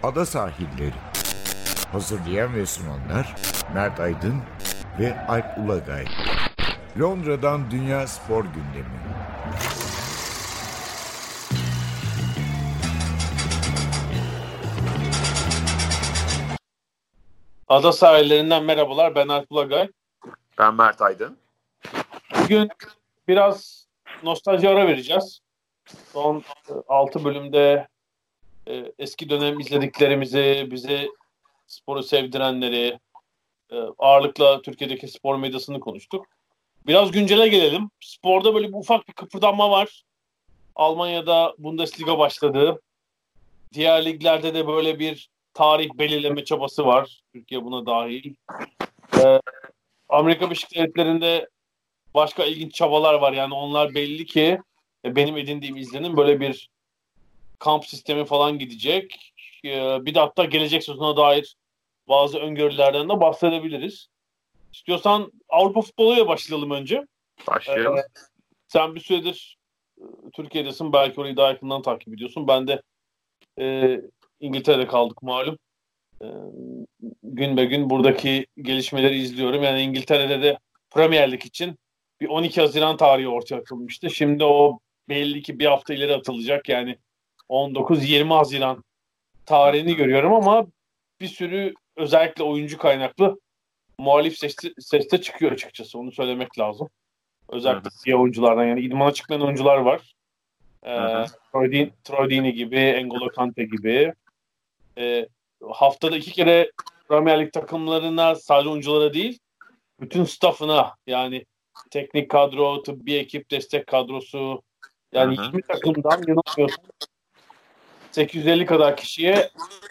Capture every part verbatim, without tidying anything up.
Ada Sahilleri. Hazırlayan ve sunanlar Mert Aydın ve Alp Ulagay. Londra'dan Dünya Spor Gündemi. Ada Sahillerinden merhabalar. Ben Alp Ulagay. Ben Mert Aydın. Bugün biraz nostalji ara vereceğiz. Son altı bölümde e, eski dönem izlediklerimizi, bize sporu sevdirenleri, e, ağırlıkla Türkiye'deki spor medyasını konuştuk. Biraz güncele gelelim. Sporda böyle bir ufak bir kıpırdanma var. Almanya'da Bundesliga başladı. Diğer liglerde de böyle bir tarih belirleme çabası var. Türkiye buna dahil. E, Amerika Birleşik Devletleri'nde başka ilginç çabalar var. Yani onlar belli ki benim edindiğim izlenim böyle bir kamp sistemi falan gidecek. Bir de hatta gelecek sezona dair bazı öngörülerden de bahsedebiliriz. İstiyorsan Avrupa futboluyla başlayalım önce. Başlayalım. Ee, sen bir süredir Türkiye'desin. Belki orayı daha yakından takip ediyorsun. Ben de e, İngiltere'de kaldık malum. E, gün be gün buradaki gelişmeleri izliyorum. Yani İngiltere'de de Premier Lig için bir on iki Haziran tarihi ortaya atılmıştı. Şimdi o belli ki bir hafta ileri atılacak. Yani on dokuz yirmi Haziran tarihini görüyorum ama bir sürü özellikle oyuncu kaynaklı muhalif sesli, sesle çıkıyor açıkçası. Onu söylemek lazım. Özellikle diğer oyunculardan, yani idmana çıkmayan oyuncular var. Ee, Troy, Troy Deeney gibi, N'Golo Kante gibi. Ee, haftada iki kere Premier Lig takımlarına, sadece oyunculara değil, bütün staffına, yani teknik kadro, tıbbi ekip, destek kadrosu, yani yirmi takımdan yanılmıyorsam sekiz yüz elli kadar kişiye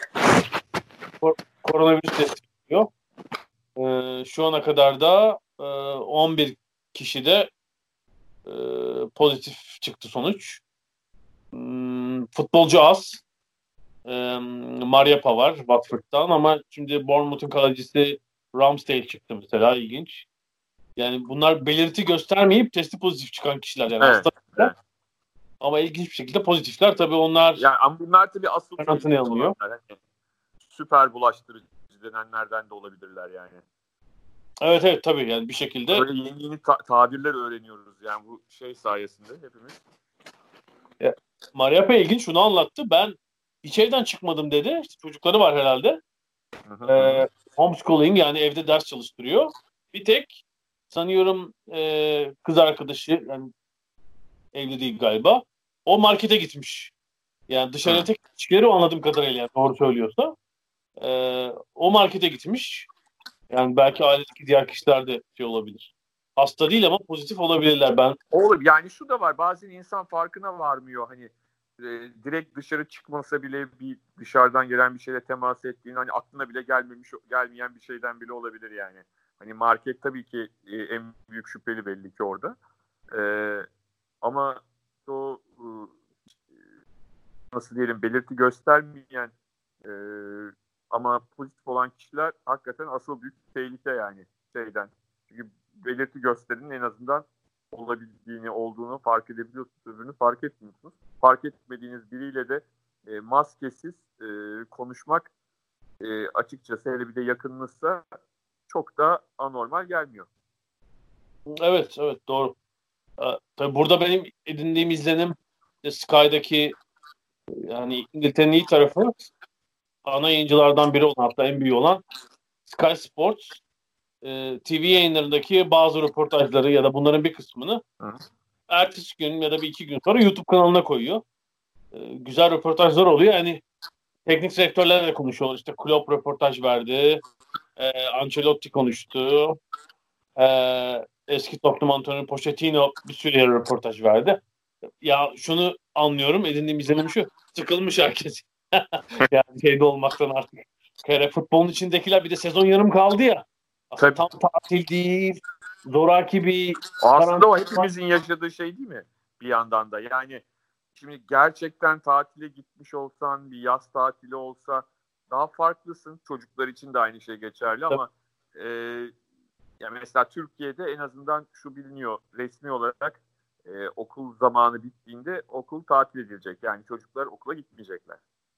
kor- koronavirüs testi yapıyor. Ee, şu ana kadar da e, on bir kişi de e, pozitif çıktı sonuç. Hmm, futbolcu az. E, Mariappa var Watford'dan ama şimdi Bournemouth'un kalecisi Ramsdale çıktı mesela, ilginç. Yani bunlar belirti göstermeyip testi pozitif çıkan kişiler, yani evet, hasta. Evet. Ama ilginç bir şekilde pozitifler. Tabii onlar yani ama bunlar tabii asıl karantinaya alınıyor. Hani süper bulaştırıcı denenlerden de olabilirler yani. Evet evet tabii, yani bir şekilde. Böyle yeni yeni ta- tabirler öğreniyoruz yani bu şey sayesinde hepimiz. Ya, Mariappa ilginç şunu anlattı. Ben hiç evden çıkmadım dedi. İşte çocukları var herhalde. Ee, homeschooling, yani evde ders çalıştırıyor. Bir tek sanıyorum e, kız arkadaşı, yani evli değil galiba. O markete gitmiş. Yani dışarıya tek çıkıyor anladığım kadarıyla, yani doğru söylüyorsa. Ee, o markete gitmiş. Yani belki ailedeki diğer kişiler de şey olabilir. Hasta değil ama pozitif olabilirler. Ben Olur. Yani şu da var. Bazen insan farkına varmıyor. Hani e, direkt dışarı çıkmasa bile bir dışarıdan gelen bir şeyle temas ettiğini, hani aklına bile gelmemiş gelmeyen bir şeyden bile olabilir yani. Hani market tabii ki e, en büyük şüpheli belli ki orada. E, ama o e, nasıl diyelim, belirti göstermeyen e, ama pozitif olan kişiler hakikaten asıl büyük tehlike yani şeyden. Çünkü belirti gösterinin en azından olabildiğini, olduğunu fark edebiliyorsunuz, öbürünü fark etmiyorsunuz. Fark etmediğiniz biriyle de e, maskesiz e, konuşmak e, açıkçası, hele bir de yakınınızsa, çok da anormal gelmiyor. evet evet doğru. Ee, tabii burada benim edindiğim izlenim Sky'daki, yani İngiltere'nin iyi tarafı, ana yayıncılardan biri olan, hatta en büyüğü olan Sky Sports e, T V yayınlarındaki bazı röportajları ya da bunların bir kısmını Hı. ertesi gün ya da bir iki gün sonra YouTube kanalına koyuyor. E, güzel röportajlar oluyor. Yani teknik direktörlerle konuşuyorlar. İşte Klopp röportaj verdi. E, Ancelotti konuştu. E, eski Tottenham antrenörü Pochettino bir sürü röportaj verdi. Ya şunu anlıyorum, edindiğim izlenim şu. Sıkılmış herkes. Yani şeyde olmaktan artık. Kere futbolun içindekiler, bir de sezon yarım kaldı ya. Aslında tam tatil değil. Zoraki bir... Aslında o hepimizin yaşadığı şey değil mi? Bir yandan da. Yani şimdi gerçekten tatile gitmiş olsan, bir yaz tatili olsa daha farklısın. Çocuklar için de aynı şey geçerli ama e, yani mesela Türkiye'de en azından şu biliniyor resmi olarak, e, okul zamanı bittiğinde okul tatil edilecek. Yani çocuklar okula gitmeyecekler.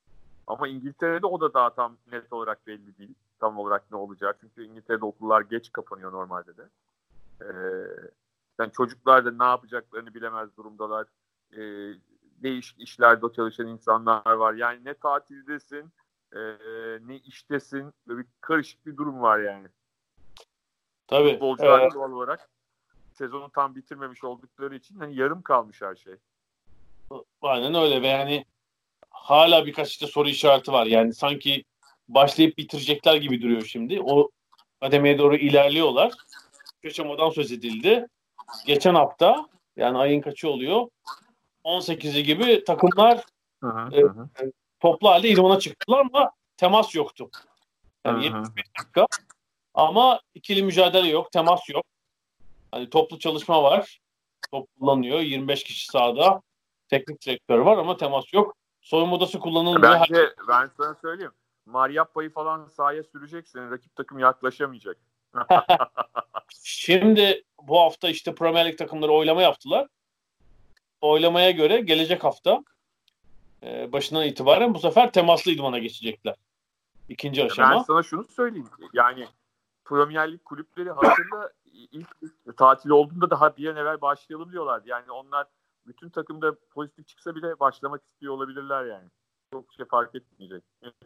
Ama İngiltere'de o da daha tam net olarak belli değil. Tam olarak ne olacak. Çünkü İngiltere'de okullar geç kapanıyor normalde de. Ee, yani çocuklar da ne yapacaklarını bilemez durumdalar. Ee, değişik işlerde çalışan insanlar var. Yani ne tatildesin, e, ne iştesin. Böyle bir karışık bir durum var yani. Tabii. Futbolcular Evet. doğal olarak sezonu tam bitirmemiş oldukları için hani yarım kalmış her şey. Aynen öyle ve yani hala birkaç işte soru işareti var. Yani sanki başlayıp bitirecekler gibi duruyor şimdi. O kademeye doğru ilerliyorlar. Köşemadan söz edildi. Geçen hafta yani ayın kaçı oluyor? on sekizi gibi takımlar Hı hı, e, hı. toplu halde idmana çıktılar ama temas yoktu. Yani Hı hı. yetmiş beş dakika ama ikili mücadele yok, temas yok. Hani toplu çalışma var. Top kullanıyor. yirmi beş kişi sahada. Teknik direktör var ama temas yok. Soyunma odası kullanılmıyor. Bence ben sana söyleyeyim. Mariappa'yı falan sahaya süreceksin. Rakip takım yaklaşamayacak. Şimdi bu hafta işte Premier Lig takımları oylama yaptılar. Oylamaya göre gelecek hafta e, başından itibaren bu sefer temaslı idmana geçecekler. İkinci aşama. Ben sana şunu söyleyeyim. Yani Premier Lig kulüpleri hatırla ilk tatil olduğunda daha bir an evvel başlayalım diyorlardı. Yani onlar bütün takımda pozitif çıksa bile başlamak istiyor olabilirler yani. Çok şey fark etmeyecek.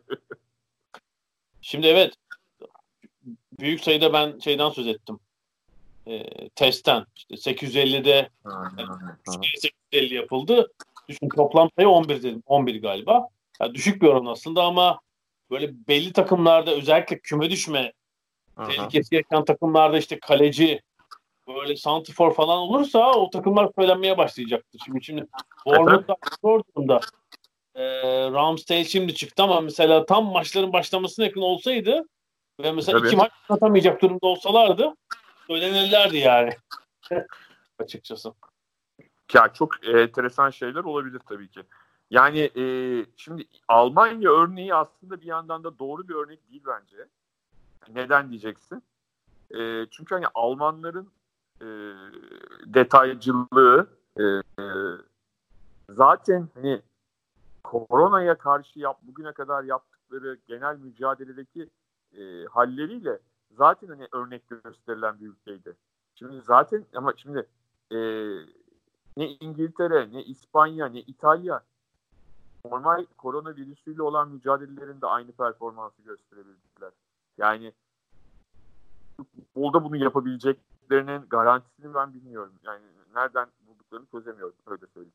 Şimdi evet büyük sayıda ben şeyden söz ettim. E, testten. İşte sekiz yüz ellide yani sekiz yüz elli yapıldı. Düşün toplam sayı on bir dedim. on bir galiba. Yani düşük bir oran aslında ama böyle belli takımlarda özellikle küme düşme tehlikesi yaşayan takımlarda işte kaleci böyle santifor falan olursa o takımlar söylenmeye başlayacaktır. Şimdi şimdi Bournemouth'ta zor durumda. E, Ramsdale şimdi çıktı ama mesela tam maçların başlamasına yakın olsaydı ve mesela Tabii. iki maç atamayacak durumda olsalardı söylenirlerdi yani. Açıkçası. Ya çok enteresan şeyler olabilir tabii ki. Yani e, şimdi Almanya örneği aslında bir yandan da doğru bir örnek değil bence. Neden diyeceksin? E, çünkü hani Almanların e, detaycılığı e, e, zaten hani koronaya karşı yap, bugüne kadar yaptıkları genel mücadeledeki e, halleriyle zaten hani örnek gösterilen bir ülkeydi. Şimdi zaten ama şimdi e, ne İngiltere, ne İspanya, ne İtalya normal koronavirüsüyle olan mücadelelerinde aynı performansı gösterebildiler. Yani futbolda bunu yapabileceklerinin garantisini ben bilmiyorum. Yani nereden bulduklarını çözemiyorum. Öyle söyleyeyim.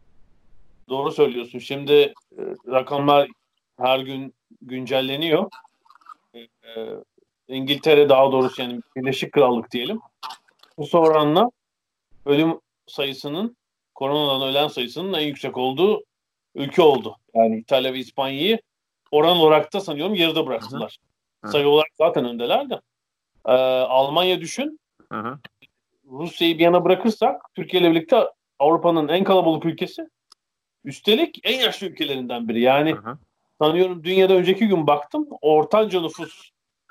Doğru söylüyorsun. Şimdi e, rakamlar her gün güncelleniyor. E, e, İngiltere daha doğrusu yani Birleşik Krallık diyelim. Bu oranla ölüm sayısının koronadan ölen sayısının en yüksek olduğu ülke oldu. Yani İtalya ve İspanya'yı oran olarak da sanıyorum yarıda bıraktılar. Hı hı. Sayı olarak zaten öndeler de. Ee, Almanya düşün. Hı hı. Rusya'yı bir yana bırakırsak Türkiye ile birlikte Avrupa'nın en kalabalık ülkesi. Üstelik en yaşlı ülkelerinden biri. Yani Hı hı. sanıyorum dünyada önceki gün baktım. Ortanca nüfus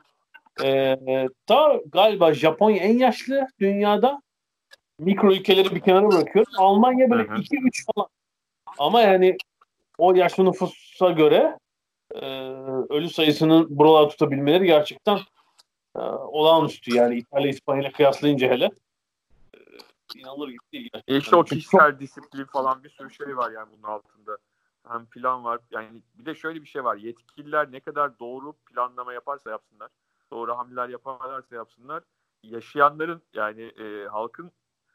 e, da galiba Japonya en yaşlı dünyada. Mikro ülkeleri bir kenara bırakıyoruz. Almanya böyle iki üç falan. Ama yani o yaşlı nüfusa göre e, ölü sayısının buralar tutabilmeleri gerçekten e, olağanüstü. Yani İtalya, İspanya ile kıyaslayınca hele e, inanılır gibi değil gerçekten. E işte o Çünkü kişisel çok... disiplin falan bir sürü şey var yani bunun altında. Hem plan var. Yani bir de şöyle bir şey var. Yetkililer ne kadar doğru planlama yaparsa yapsınlar, doğru hamleler yaparlarsa yapsınlar, yaşayanların yani e, halkın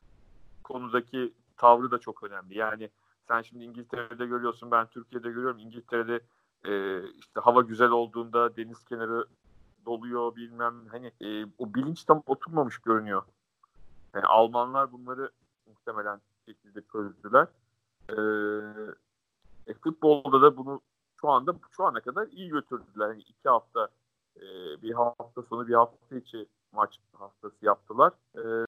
konudaki tavrı da çok önemli. Yani sen şimdi İngiltere'de görüyorsun, ben Türkiye'de görüyorum. İngiltere'de e, işte hava güzel olduğunda deniz kenarı doluyor bilmem hani e, o bilinç tam oturmamış görünüyor. Yani Almanlar bunları muhtemelen bir şekilde çözdüler. Ee, e, futbolda da bunu şu anda şu ana kadar iyi götürdüler. Yani iki hafta e, bir hafta sonu bir hafta içi maç haftası yaptılar. Ee,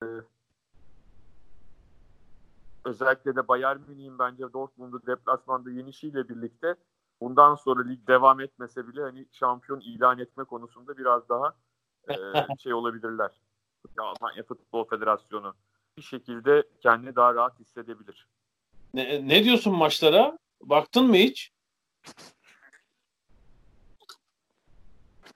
özellikle de Bayern Münih'in bence Dortmund'u deplasmanda yenişiyle birlikte bundan sonra lig devam etmese bile hani şampiyon ilan etme konusunda biraz daha e, şey olabilirler. Almanya Futbol Federasyonu bir şekilde kendini daha rahat hissedebilir. Ne, ne diyorsun maçlara? Baktın mı hiç?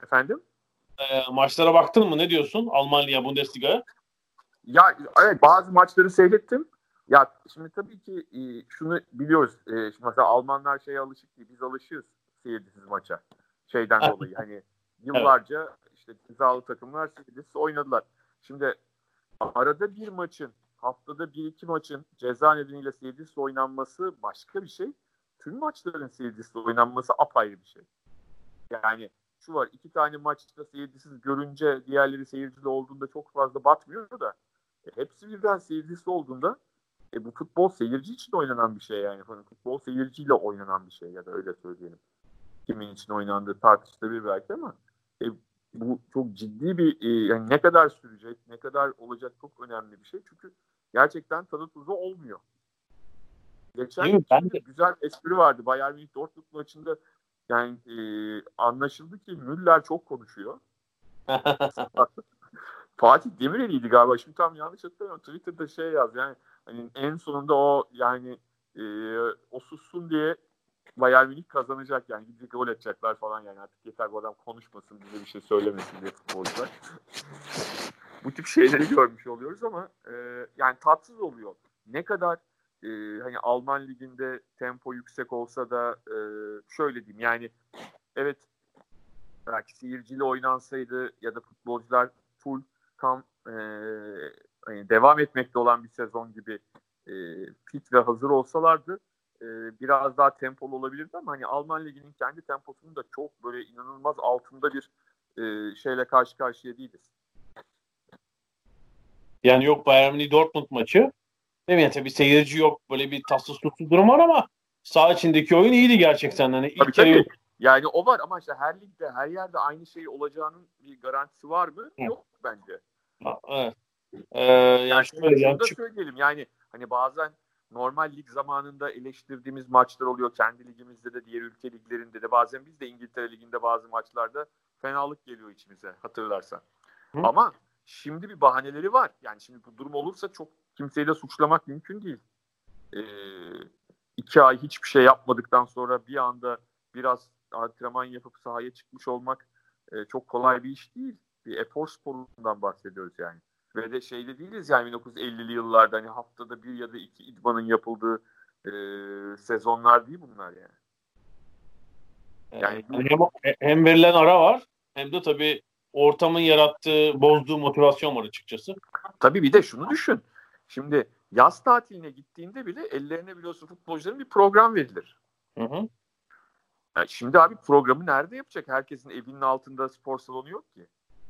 Efendim? E, maçlara baktın mı? Ne diyorsun? Almanya Bundesliga'ya. Ya evet, bazı maçları seyrettim. Ya şimdi tabii ki e, şunu biliyoruz. E, şimdi mesela Almanlar şeye alışık değil. Biz alışıyoruz seyircisiz maça. Şeyden dolayı hani yıllarca işte cezalı takımlar seyircisiz oynadılar. Şimdi arada bir maçın, haftada bir iki maçın ceza nedeniyle seyircisiz oynanması başka bir şey. Tüm maçların seyircisiz oynanması apayrı bir şey. Yani şu var, iki tane maçta seyircisiz görünce diğerleri seyircili olduğunda çok fazla batmıyor da e, hepsi birden seyircisi olduğunda e, bu futbol seyirci için oynanan bir şey yani. Futbol seyirciyle oynanan bir şey ya da öyle söyleyelim. Kimin için oynandığı tartışılabilir belki ama e, bu çok ciddi bir e, yani ne kadar sürecek, ne kadar olacak çok önemli bir şey. Çünkü gerçekten tadı tuzu olmuyor. Geçen Ben de... güzel espri vardı. Bayern Münih Dortmund maçında yani e, anlaşıldı ki Müller çok konuşuyor. Fatih Demirel'iydi galiba. Şimdi tam yanlış hatırlamıyorum. Twitter'da şey yaz yani hani en sonunda o yani e, o sussun diye Bayern Münih kazanacak yani. Gidecek gol edecekler falan yani. Artık yeter bu adam konuşmasın, bize bir şey söylemesin diye futbolcular. Bu tip şeyleri görmüş oluyoruz ama e, yani tatsız oluyor. Ne kadar e, hani Alman liginde tempo yüksek olsa da e, şöyle diyeyim yani evet belki seyirciyle oynansaydı ya da futbolcular full tam e, hani devam etmekte olan bir sezon gibi e, fit ve hazır olsalardı e, biraz daha tempolu olabilirdi ama hani Alman liginin kendi temposunun da çok böyle inanılmaz altında bir e, şeyle karşı karşıya değiliz. Yani yok Bayern Münih Dortmund maçı. Değil mi? Yani tabii seyirci yok. Böyle bir tatsız tutsuz durum var ama saha içindeki oyun iyiydi gerçekten. Hani ilk tabii kere... tabii. Yani o var ama işte her ligde, her yerde aynı şey olacağının bir garantisi var mı? Hı. Yok bence. Evet. Ee, yani, yani şöyle, şunu yani da çık... söyleyelim. Yani hani bazen normal lig zamanında eleştirdiğimiz maçlar oluyor. Kendi ligimizde de diğer ülke liglerinde de bazen biz de İngiltere Ligi'nde bazı maçlarda fenalık geliyor içimize hatırlarsan. Hı? Ama şimdi bir bahaneleri var. Yani şimdi bu durum olursa çok kimseyi de suçlamak mümkün değil. Ee, iki ay hiçbir şey yapmadıktan sonra bir anda biraz antrenman yapıp sahaya çıkmış olmak e, çok kolay bir iş değil. Bir efor sporundan bahsediyoruz yani. Ve de şeyde değiliz yani bin dokuz yüz ellili yıllarda hani haftada bir ya da iki idmanın yapıldığı e, sezonlar değil bunlar yani. Yani bu... hem, hem verilen ara var hem de tabii ortamın yarattığı, bozduğu motivasyon var açıkçası. Tabii bir de şunu düşün. Şimdi yaz tatiline gittiğinde bile ellerine biliyorsun futbolcuların bir program verilir. Hı hı. Yani şimdi abi programı nerede yapacak? Herkesin evinin altında spor salonu yok ki.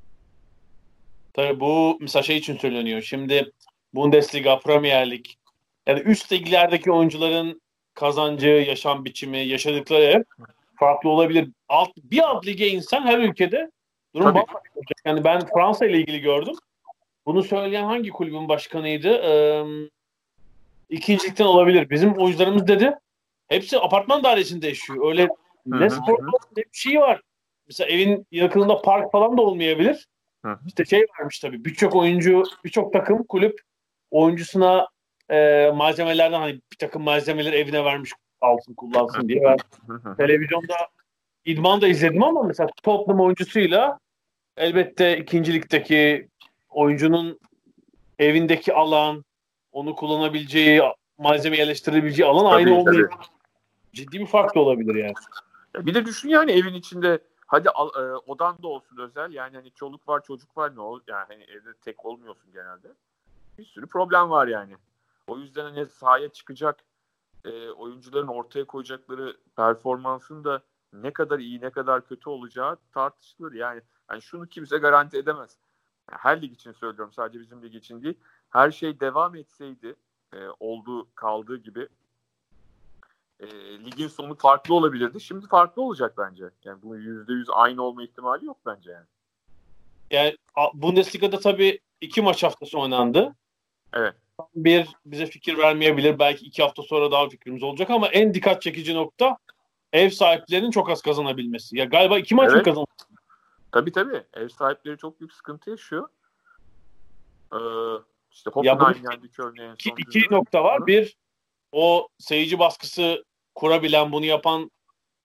Tabii bu mesela şey için söyleniyor. Şimdi Bundesliga, Premier Lig yani üst liglerdeki oyuncuların kazancı, yaşam biçimi, yaşadıkları ev farklı olabilir. Alt, bir alt lige insan her ülkede durum bambaşka olacak. Yani ben Fransa ile ilgili gördüm. Bunu söyleyen hangi kulübün başkanıydı? Ee, ikincilikten olabilir. Bizim oyuncularımız dedi. Hepsi apartman dairesinde yaşıyor. Öyle ne spor ne bir şey var. Mesela evin yakınında park falan da olmayabilir. Hı. İşte şey varmış tabii. Birçok oyuncu, birçok takım, kulüp oyuncusuna e, malzemelerden hani bir takım malzemeleri evine vermiş alsın kullansın diye. Ben televizyonda idman da izledim ama mesela Tottenham oyuncusuyla elbette ikincilikteki oyuncunun evindeki alan, onu kullanabileceği, malzeme yerleştirebileceği alan tabii, aynı olmuyor. Ciddi bir fark da olabilir yani. Bir de düşün yani evin içinde hadi al, e, odan da olsun özel yani hani çoluk var çocuk var ne ol yani hani evde tek olmuyorsun genelde. Bir sürü problem var yani. O yüzden hani sahaya çıkacak e, oyuncuların ortaya koyacakları performansın da ne kadar iyi ne kadar kötü olacağı tartışılır yani. Yani şunu kimse garanti edemez. Yani her lig için söylüyorum, sadece bizim lig için değil. Her şey devam etseydi e, olduğu kaldığı gibi e, ligin sonu farklı olabilirdi. Şimdi farklı olacak bence. Yani bunun yüzde yüz aynı olma ihtimali yok bence yani. Yani Bundesliga'da tabii iki maç haftası oynandı. Evet. Bir bize fikir vermeyebilir. Belki iki hafta sonra daha fikrimiz olacak ama en dikkat çekici nokta ev sahiplerinin çok az kazanabilmesi. Ya galiba iki maç evet. mı kazandı? Tabii tabii. Ev sahipleri çok büyük sıkıntı yaşıyor. Ee, işte Hoffenheim yendi Köln'e en son. İki, iki nokta var. Bir, o seyirci baskısı kurabilen, bunu yapan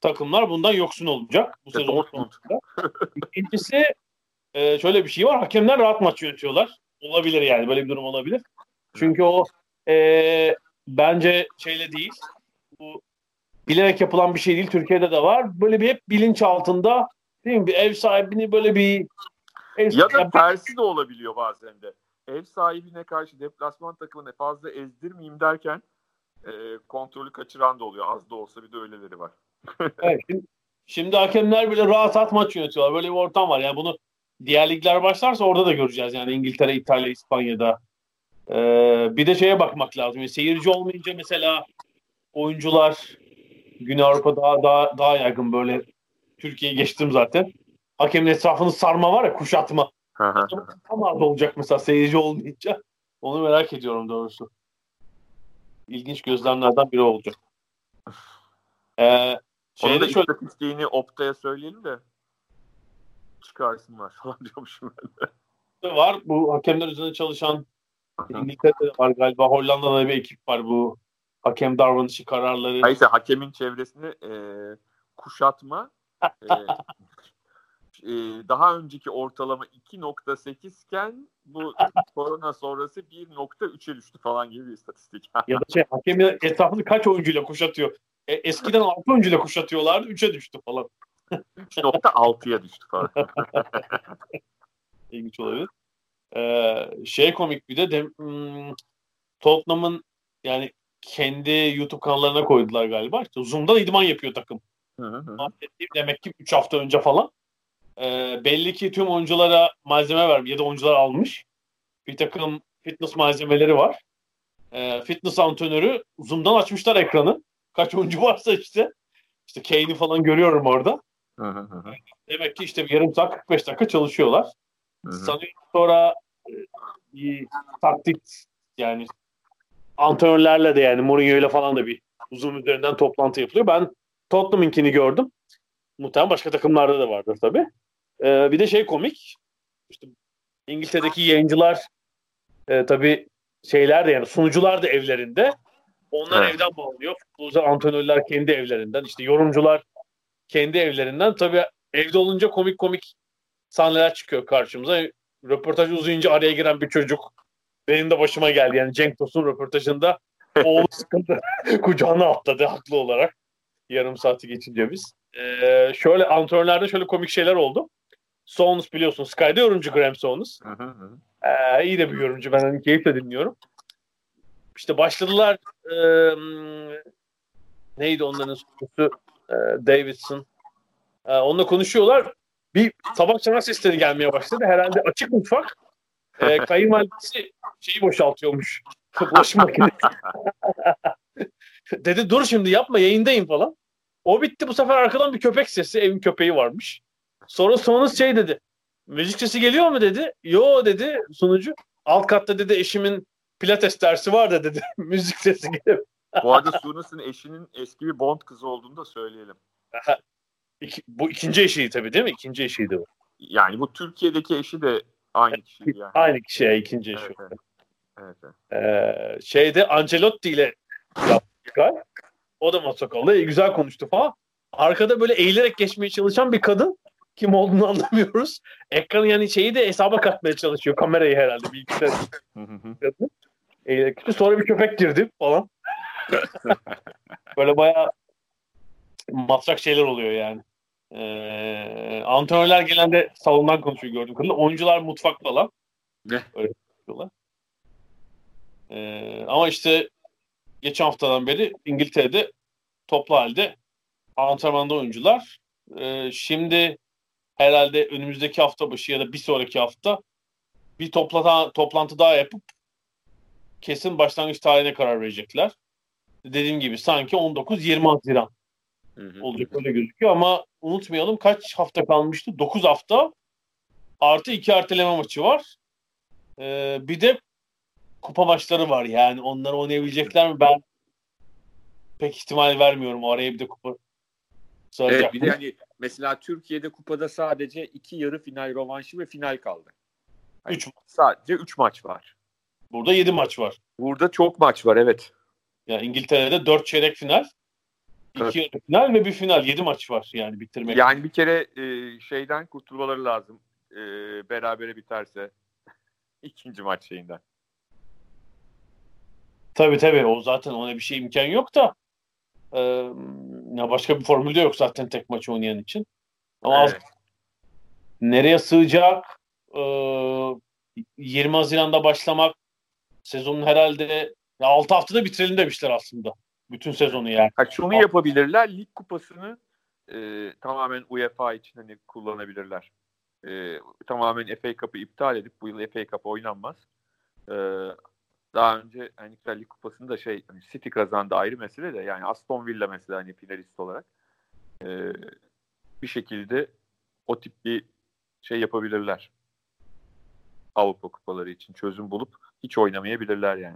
takımlar bundan yoksun olacak bu sezon sonunda. İkincisi e, şöyle bir şey var. Hakemler rahat maç yönetiyorlar. Olabilir yani. Böyle bir durum olabilir. Çünkü o e, bence şeyle değil. Bu bilerek yapılan bir şey değil. Türkiye'de de var. Böyle bir hep bilinç altında değil mi? Bir ev sahibini böyle bir ev ya da tersi de olabiliyor bazen de. Ev sahibine karşı deplasman takımını fazla ezdirmeyeyim derken e, kontrolü kaçıran da oluyor. Az da olsa bir de öyleleri var. Evet, şimdi, şimdi hakemler bile rahat rahat maç yönetiyorlar. Böyle bir ortam var. Yani bunu diğer ligler başlarsa orada da göreceğiz. Yani İngiltere, İtalya, İspanya'da. Ee, bir de şeye bakmak lazım. Yani seyirci olmayınca mesela oyuncular Güney Avrupa daha daha daha yaygın, böyle Türkiye'yi geçtim zaten. Hakemin etrafını sarma var ya, kuşatma. Tam az olacak mesela seyirci olmayınca. Onu merak ediyorum doğrusu. İlginç gözlemlerden biri olacak. Ee, Onun da şöyle... istatistiğini Opta'ya söyleyelim de çıkarsınlar falan diyormuşum ben de. Var. Bu hakemler üzerine çalışan İngiltere'de var galiba. Hollanda'da bir ekip var, bu hakem davranışı kararları. Hayır, hakemin çevresini e, kuşatma e, e, daha önceki ortalama iki nokta sekiz iken bu korona sonrası bir nokta üçe düştü falan gibi bir istatistik. Ya da şey, hakemin etrafını kaç oyuncuyla kuşatıyor? E, eskiden altı oyuncuyla kuşatıyorlardı. üçe düştü falan. üç nokta altıya düştü falan. İlginç olabilir. Ee, şey komik bir de, de hmm, Tottenham'ın yani kendi YouTube kanallarına koydular galiba. İşte Zoom'dan idman yapıyor takım. Hı hı. Demek ki üç hafta önce falan. Ee, belli ki tüm oyunculara malzeme vermiş ya da oyuncular almış. Bir takım fitness malzemeleri var. Ee, fitness antrenörü Zoom'dan açmışlar ekranı. Kaç oyuncu varsa işte. İşte Kane'i falan görüyorum orada. Hı hı hı. Demek ki işte bir yarım saat kırk beş dakika çalışıyorlar. Hı hı. Sanıyorum sonra bir taktik, yani antrenörlerle de, yani Mourinho'yla falan da bir Zoom üzerinden toplantı yapılıyor. Ben Tottenham'ınkini gördüm. Muhtemelen başka takımlarda da vardır tabii. Ee, bir de şey komik. İşte İngiltere'deki yayıncılar e, tabii şeyler de, yani sunucular da evlerinde. Onlar evet. Evden bağlanıyor. Futbolcular, antrenörler kendi evlerinden. İşte yorumcular kendi evlerinden. Tabii evde olunca komik komik sahneler çıkıyor karşımıza. Röportaj uzayınca araya giren bir çocuk. Benim de başıma geldi. Yani Cenk Tosun röportajında oğlu sıkıldı. Kucağına atladı haklı olarak. Yarım saati geçince biz. Ee, şöyle antrenörlerde şöyle komik şeyler oldu. Souness biliyorsun. Sky'da yorumcu Graham Souness. Ee, iyi de bir yorumcu. Ben hani keyifle dinliyorum. İşte başladılar e, neydi onların sunucusu? E, Davidson. E, onunla konuşuyorlar. Bir tabak çanak sesleri gelmeye başladı. Herhalde açık mutfak. E, kayınvalidesi şeyi boşaltıyormuş. Bulaşık makinesi. Dedi dur şimdi yapma, yayındayım falan. O bitti, bu sefer arkadan bir köpek sesi. Evin köpeği varmış. Sonra Souness şey dedi. Müzik sesi geliyor mu dedi. Yo dedi sunucu. Alt katta dedi eşimin pilates dersi var da dedi. Müzik sesi geliyor. Bu arada Souness'ın eşinin eski bir Bond kızı olduğunu da söyleyelim. İki, bu ikinci eşiydi tabii değil mi? İkinci eşiydi bu. Yani bu Türkiye'deki eşi de aynı kişiydi yani. Aynı kişi ya, ikinci eşi. Evet, evet. Evet, evet. Ee, şeyde Ancelotti ile yaptık. O da Masakal'da güzel konuştu falan. Arkada böyle eğilerek geçmeye çalışan bir kadın. Kim olduğunu anlamıyoruz. Ekranı yani şeyi de hesaba katmaya çalışıyor. Kamerayı herhalde bilgisayar. Eğilerek. Sonra bir köpek girdi falan. Böyle bayağı matrak şeyler oluyor yani. Ee, antrenörler gelende salondan konuşuyor gördüğüm kadarıyla. Oyuncular mutfak falan. Ne? Öyle yapıyorlar. Ee, ama işte geçen haftadan beri İngiltere'de toplu halde antrenmanda oyuncular. Ee, şimdi herhalde önümüzdeki hafta başı ya da bir sonraki hafta bir toplantı, toplantı daha yapıp kesin başlangıç tarihine karar verecekler. Dediğim gibi sanki on dokuz yirmi Haziran olacak öyle gözüküyor ama unutmayalım kaç hafta kalmıştı? dokuz hafta artı iki erteleme maçı var. Ee, bir de kupa maçları var, yani onları oynayabilecekler mi? Ben pek ihtimal vermiyorum. Araya bir de kupa saracak. Evet, bir de yani mesela Türkiye'de kupada sadece iki yarı final rövanşı ve final kaldı. Yani üç, sadece üç maç var. Burada yedi maç var. Burada çok maç var, evet. Yani İngiltere'de dört çeyrek final. İki yarı final ve bir final. Yedi maç var yani bitirmek. Yani bir kere e, şeyden kurtulmaları lazım. E, berabere biterse ikinci maç şeyinden. Tabii tabii. O zaten ona bir şey imkan yok da e, ya başka bir formülde yok zaten tek maç oynayan için. Ama Evet. nereye sığacak? E, yirmi Haziran'da başlamak sezonun herhalde altı haftada bitirelim demişler aslında. Bütün sezonu yani. Ha, şunu yapabilirler. Lig kupasını e, tamamen U E F A için hani kullanabilirler. E, tamamen F A Cup'ı iptal edip bu yıl F A Cup oynanmaz. E, daha önce hani Lig kupasını da şey hani City kazandı ayrı mesele de yani Aston Villa mesela hani finalist olarak e, bir şekilde o tip bir şey yapabilirler. Avrupa kupaları için çözüm bulup hiç oynamayabilirler yani.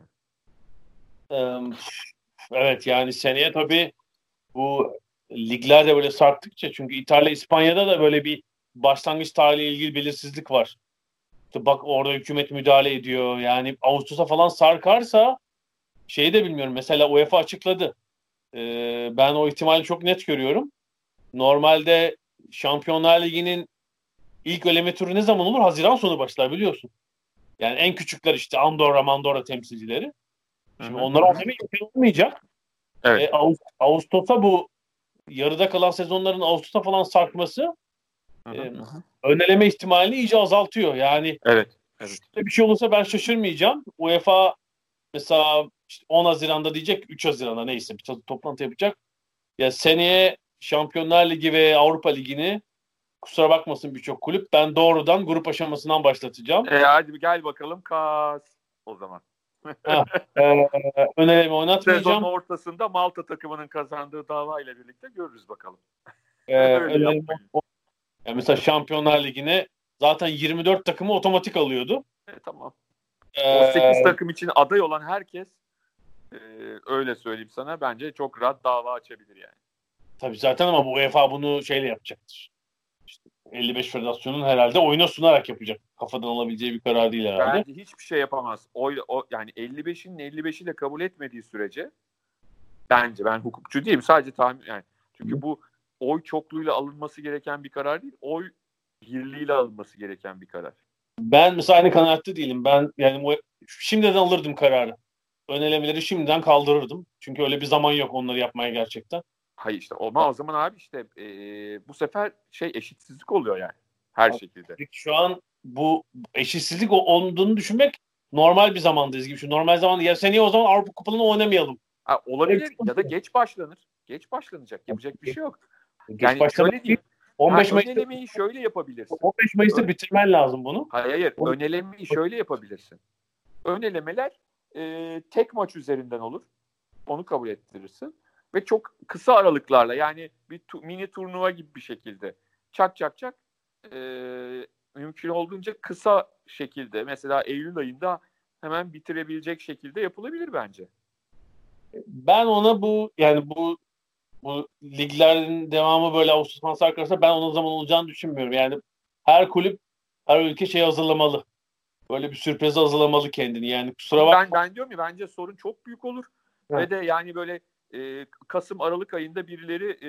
Evet yani seneye tabii bu ligler de böyle sarktıkça çünkü İtalya, İspanya'da da böyle bir başlangıç tarihiyle ilgili belirsizlik var. İşte bak orada hükümet müdahale ediyor. Yani Ağustos'a falan sarkarsa şeyi de bilmiyorum. Mesela UEFA açıkladı. Ee, ben o ihtimali çok net görüyorum. Normalde Şampiyonlar Ligi'nin ilk eleme turu ne zaman olur? Haziran sonu başlar biliyorsun. Yani en küçükler işte Andorra, Mandorra temsilcileri. Şimdi onlar oynamaya imkan olmayacak. Evet. E, Ağustos'a bu yarıda kalan sezonların Ağustos'a falan sarkması e, öneleme ihtimalini iyice azaltıyor. Yani evet. Evet. bir şey olursa ben şaşırmayacağım. UEFA mesela işte on Haziran'da diyecek üç Haziran'da neyse bir toplantı yapacak. Ya seneye Şampiyonlar Ligi ve Avrupa Ligi'ni kusura bakmasın birçok kulüp ben doğrudan grup aşamasından başlatacağım. E, hadi gel bakalım kas o zaman. ha, e, öneleme oynatmayacağım. Sezonun ortasında Malta takımının kazandığı dava ile birlikte görürüz bakalım. E, öneleme, yani mesela Şampiyonlar Ligi'ne zaten yirmi dört takımı otomatik alıyordu. E, tamam. Ee, o sekiz takım için aday olan herkes e, öyle söyleyeyim sana bence çok rahat dava açabilir yani. Tabii zaten ama bu UEFA bunu şeyle yapacaktır. İşte elli beş federasyonun herhalde oyuna sunarak yapacak. Kafadan alabileceği bir karar değil herhalde. Bence hiçbir şey yapamaz. Oy, o, yani elli beşinin elli beşi de kabul etmediği sürece bence ben hukukçu değilim. Sadece tahmin yani. Çünkü bu oy çokluğuyla alınması gereken bir karar değil. Oy birliğiyle alınması gereken bir karar. Ben mesela aynı kanaatte değilim. Ben yani şimdiden alırdım kararı. Önelemeleri şimdiden kaldırırdım. Çünkü öyle bir zaman yok onları yapmaya gerçekten. Hayır işte ama o zaman abi işte e, bu sefer şey eşitsizlik oluyor yani. Her abi, şekilde. Şu an bu eşitsizlik olduğunu düşünmek normal bir zamandayız gibi. Şu normal zamanda ya seneye o zaman Avrupa Kupalarını oynamayalım. Ha, olabilir ya da geç başlanır. Geç başlanacak. Yapacak bir şey yok. Geç yani şöyle diyeyim. on beş Mayıs'ta önelemeyi şöyle yapabilirsin. on beş Mayıs'ta Ön... bitirmen lazım bunu. Hayır hayır. Önelemeyi şöyle yapabilirsin. Önelemeler e, tek maç üzerinden olur. Onu kabul ettirirsin. Ve çok kısa aralıklarla yani bir tu, mini turnuva gibi bir şekilde çak çak çak e, mümkün olduğunca kısa şekilde mesela Eylül ayında hemen bitirebilecek şekilde yapılabilir bence. Ben ona bu yani bu bu liglerin devamı böyle Ağustos'tan sarkarsa ben onun zaman olacağını düşünmüyorum. Yani her kulüp, her ülke şey hazırlamalı. Böyle bir sürpriz hazırlamalı kendini. Yani kusura bakma. Ben, ben diyorum ya bence sorun çok büyük olur. Evet. Ve de yani böyle e, Kasım Aralık ayında birileri e,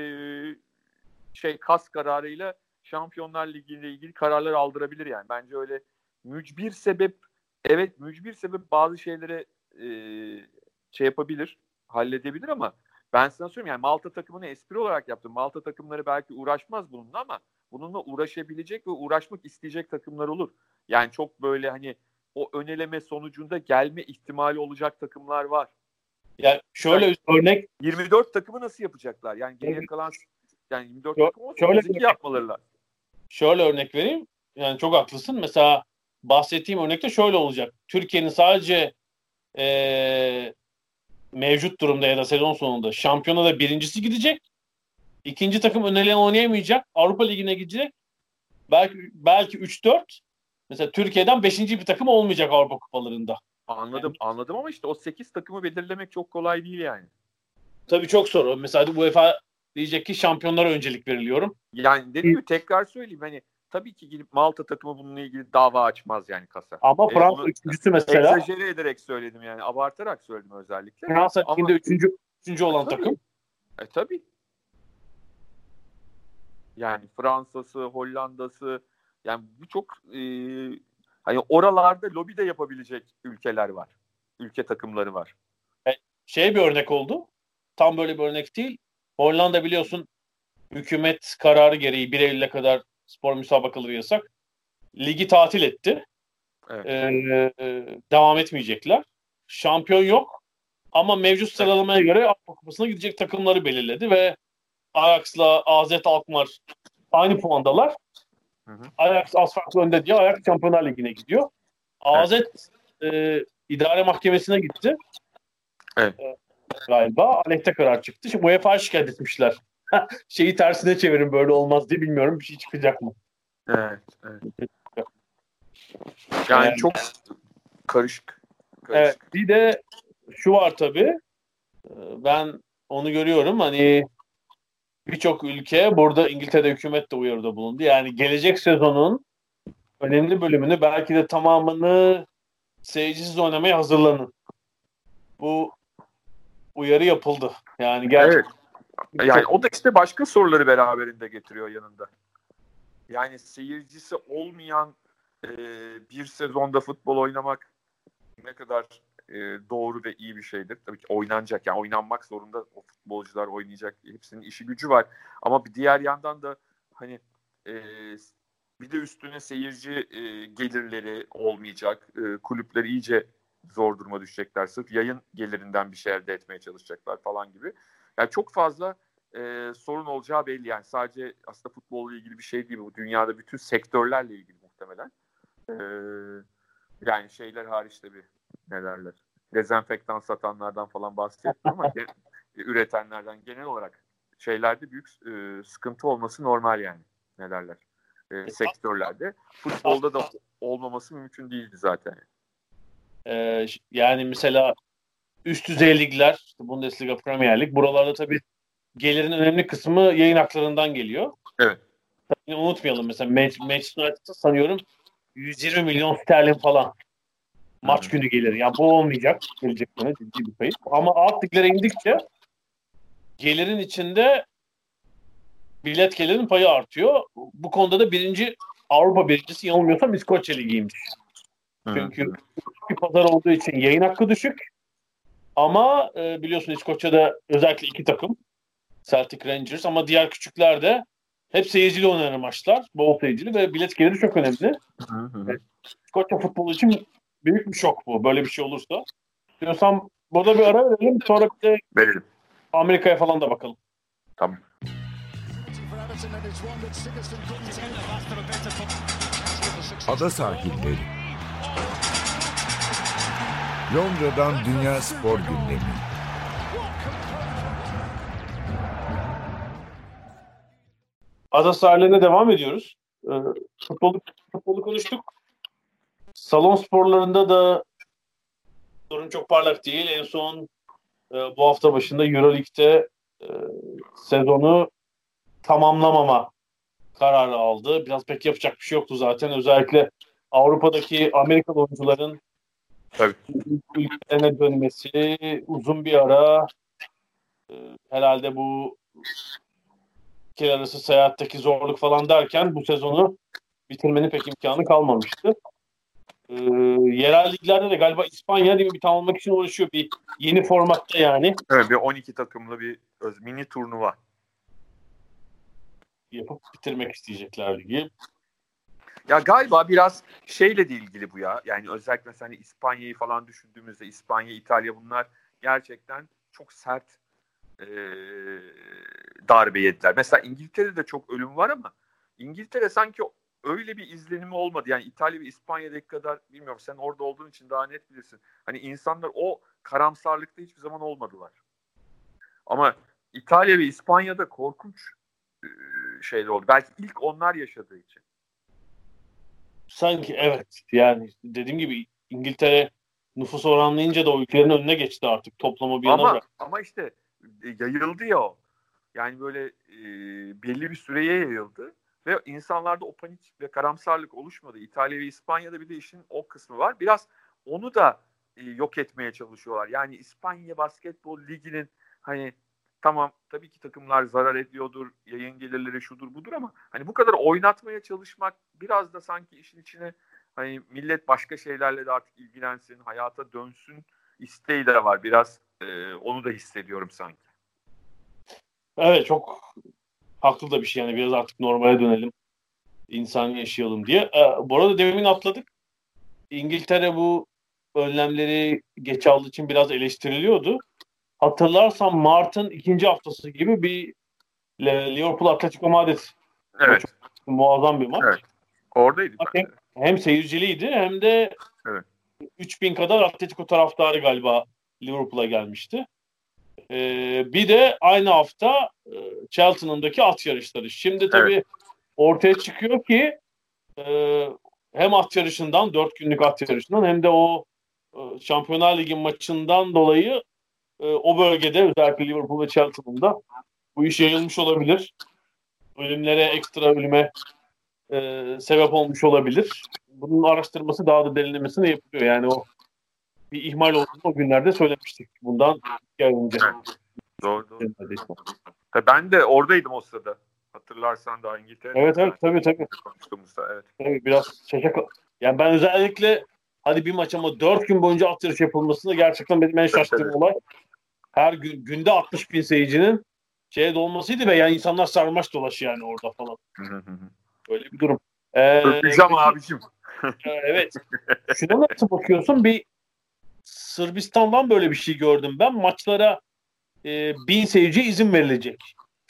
şey kas kararıyla Şampiyonlar Ligi ile ilgili kararlar aldırabilir yani. Bence öyle mücbir sebep evet mücbir sebep bazı şeylere e, şey yapabilir, halledebilir ama ben sana söyleyeyim yani Malta takımını espri olarak yaptım. Malta takımları belki uğraşmaz bununla ama bununla uğraşabilecek ve uğraşmak isteyecek takımlar olur. Yani çok böyle hani o öneleme sonucunda gelme ihtimali olacak takımlar var. Yani şöyle yani, örnek yirmi dört takımı nasıl yapacaklar? Yani geriye kalan yani yirmi dört Şö- takım olsa şöyle yapmaları lazım. Şöyle örnek vereyim. Yani çok haklısın. Mesela bahsettiğim örnekte şöyle olacak. Türkiye'nin sadece ee, mevcut durumda ya da sezon sonunda şampiyonada birincisi gidecek. İkinci takım öneleme oynayamayacak. Avrupa Ligi'ne gidecek. Belki belki üç dört. Mesela Türkiye'den beşinci bir takım olmayacak Avrupa Kupalarında. Anladım, yani, anladım ama işte o sekiz takımı belirlemek çok kolay değil yani. Tabii çok zor. Mesela UEFA diyecek ki şampiyonlara öncelik veriliyorum. Yani dediğim gibi tekrar söyleyeyim hani tabii ki gidip Malta takımı bununla ilgili dava açmaz yani kasa. Ama Fransa e, üçüncüsü mesela. Egzajere ederek söyledim yani. Abartarak söyledim özellikle. Fransa Ligi'nde üçüncü, üçüncü olan e, tabii, takım. E tabii. Yani Fransa'sı, Hollanda'sı, yani birçok e, hani oralarda lobi de yapabilecek ülkeler var. Ülke takımları var. Şey bir örnek oldu. Tam böyle bir örnek değil. Hollanda biliyorsun hükümet kararı gereği bir Eylül'e kadar spor müsabakaları yasak. Ligi tatil etti. Evet. Ee, devam etmeyecekler. Şampiyon yok. Ama mevcut sıralamaya göre Avrupa Kupası'na gidecek takımları belirledi ve Ajax'la A Z Alkmaar aynı puandalar. Hı hı. Ajax az farklı önde diye Ajax Şampiyonlar Ligi'ne gidiyor. A Z evet. e, idare mahkemesine gitti. Evet. E, galiba aleyhte karar çıktı. Şimdi U E F A'ya şikayet etmişler. Şeyi tersine çevirin böyle olmaz diye, bilmiyorum bir şey çıkacak mı? Evet. evet. Yani evet. çok karışık. karışık. Evet. Bir de şu var tabii. Ben onu görüyorum. Hani birçok ülke, burada İngiltere hükümet de uyarıda bulundu. Yani gelecek sezonun önemli bölümünü, belki de tamamını seyircisiz oynamaya hazırlanın. Bu uyarı yapıldı. Yani gerçekten. Evet. Yani o da işte başka soruları beraberinde getiriyor yanında. Yani seyircisi olmayan e, bir sezonda futbol oynamak ne kadar e, doğru ve iyi bir şeydir. Tabii ki oynanacak, yani oynanmak zorunda, o futbolcular oynayacak. Hepsinin işi gücü var. Ama bir diğer yandan da hani e, bir de üstüne seyirci e, gelirleri olmayacak. E, kulüpler iyice zor duruma düşecekler. Sırf yayın gelirinden bir şey elde etmeye çalışacaklar falan gibi. Yani çok fazla e, sorun olacağı belli. Yani sadece aslında futbolla ilgili bir şey değil bu. Dünyada bütün sektörlerle ilgili muhtemelen. E, yani şeyler hariç tabii, ne derler, dezenfektan satanlardan falan bahsetmiyorum ama ge- üretenlerden, genel olarak şeylerde büyük e, sıkıntı olması normal yani, ne derler, e, sektörlerde. Futbolda da olmaması mümkün değildi zaten. Ee, yani mesela üst düzey ligler, işte Bundesliga, Premier Lig, buralarda tabii gelirin önemli kısmı yayın haklarından geliyor. Evet. Tabii unutmayalım, mesela Manchester United'da sanıyorum yüz yirmi milyon sterlin falan maç Hı-hı. günü gelir. Yani bu olmayacak gelecek sene, ciddi bir kayıp. Ama alt liglere indikçe gelirin içinde bilet gelirinin payı artıyor. Bu konuda da birinci Avrupa birincisi yanılmıyorsam İskoçya Ligi'ymiş. Çünkü Hı-hı. bir pazar olduğu için yayın hakkı düşük. Ama e, biliyorsun İskoçya'da özellikle iki takım, Celtic Rangers, ama diğer küçükler de hep seyircili oynanan maçlar. Bol seyircili ve bilet geliri çok önemli. Hı hı. E, İskoçya futbolu için büyük bir şok bu. Böyle bir şey olursa. Diyorsam burada bir ara verelim. Sonra bir de verelim. Amerika'ya falan da bakalım. Tamam. Ada sahilleri. Londra'dan Dünya Spor Gündemi. Ada sahillerine devam ediyoruz. Ee, futbolu, futbolu konuştuk. Salon sporlarında da durum çok parlak değil. En son e, bu hafta başında Euroleague'de e, sezonu tamamlamama kararı aldı. Biraz pek yapacak bir şey yoktu zaten. Özellikle Avrupa'daki Amerikalı oyuncuların ülkelerine dönmesi, uzun bir ara, e, herhalde bu ülkeler arası seyahatteki zorluk falan derken bu sezonu bitirmenin pek imkanı kalmamıştı. E, yerel liglerde de galiba İspanya değil mi, bir tamamlamak için uğraşıyor, bir yeni formatta yani. Evet, bir on iki takımlı bir öz, mini turnuva yapıp bitirmek isteyecekler ligi. Ya galiba biraz şeyle de ilgili bu ya. Yani özellikle mesela hani İspanya'yı falan düşündüğümüzde, İspanya, İtalya, bunlar gerçekten çok sert e, darbe yediler. Mesela İngiltere'de çok ölüm var ama İngiltere sanki öyle bir izlenimi olmadı. Yani İtalya ve İspanya'daki kadar, bilmiyorum, sen orada olduğun için daha net bilirsin. Hani insanlar o karamsarlıkta hiçbir zaman olmadılar. Ama İtalya ve İspanya'da korkunç e, şeyler oldu. Belki ilk onlar yaşadığı için. Sanki evet. Yani dediğim gibi İngiltere nüfus oranlayınca da o ülkelerin önüne geçti artık. Toplama bir yana ama, bırak. Ama işte yayıldı ya o. Yani böyle e, belli bir süreye yayıldı. Ve insanlarda o panik ve karamsarlık oluşmadı. İtalya ve İspanya'da bir de işin o kısmı var. Biraz onu da e, yok etmeye çalışıyorlar. Yani İspanya Basketbol Ligi'nin hani tamam tabii ki takımlar zarar ediyordur, yayın gelirleri şudur budur ama hani bu kadar oynatmaya çalışmak biraz da sanki işin içine hani millet başka şeylerle de artık ilgilensin, hayata dönsün isteği de var. Biraz e, onu da hissediyorum sanki. Evet, çok haklı da bir şey yani, biraz artık normale dönelim, insani yaşayalım diye. Ee, bu arada demin atladık. İngiltere bu önlemleri geç aldığı için biraz eleştiriliyordu. Hatırlarsan Mart'ın ikinci haftası gibi bir Liverpool Atletico Madrid Evet. maçı, muazzam bir maç. Evet. Oradaydık ben Hem, de. hem seyirciliydi hem de Evet. üç bin kadar Atletico taraftarı galiba Liverpool'a gelmişti. Ee, bir de aynı hafta e, Cheltenham'daki at yarışları. Şimdi tabii evet, ortaya çıkıyor ki e, hem at yarışından, dört günlük at yarışından hem de o e, Şampiyonlar Ligi maçından dolayı e, o bölgede, özellikle Liverpool ve Cheltenham'da bu iş yayılmış olabilir. Ölümlere, ekstra ölüme e, sebep olmuş olabilir. Bunun araştırması, daha da derinlemesine de yapılıyor. Yani o bir ihmal olduğunu o günlerde söylemiştik. Bundan iki ay önce. Evet. Doğru doğru. Tabii ben de oradaydım o sırada. Hatırlarsan daha İngiltere'de. Evet evet tabii tabii. Konuştuğumuzda evet. Tabii biraz şaşak. Yani ben özellikle hadi bir maç ama dört gün boyunca at yarışı yapılmasında gerçekten benim en şaştığım olay. Her gün günde altmış bin seyircinin şeye dolmasıydı ve yani insanlar sarmaş dolaşı yani orada falan. Öyle bir durum. Ee, Öpeceğim abicim. Evet. Şuna nasıl bakıyorsun? Bir Sırbistan'dan böyle bir şey gördüm ben. Maçlara e, bin seyirci izin verilecek.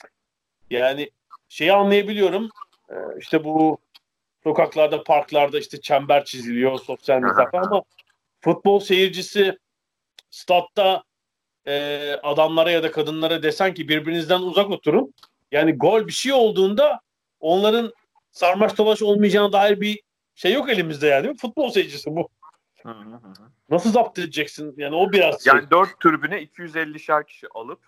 Yani şeyi anlayabiliyorum. E, işte bu sokaklarda, parklarda işte çember çiziliyor, sosyal mesafe ama futbol seyircisi statta e, adamlara ya da kadınlara desen ki birbirinizden uzak oturun. Yani gol bir şey olduğunda onların sarmaş dolaş olmayacağına dair bir şey yok elimizde yani. Değil mi? Futbol seyircisi bu. Hı hı hı. Nasıl zapt edeceksin? Yani o biraz şey. Yani dört tribüne iki yüz ellişer kişi alıp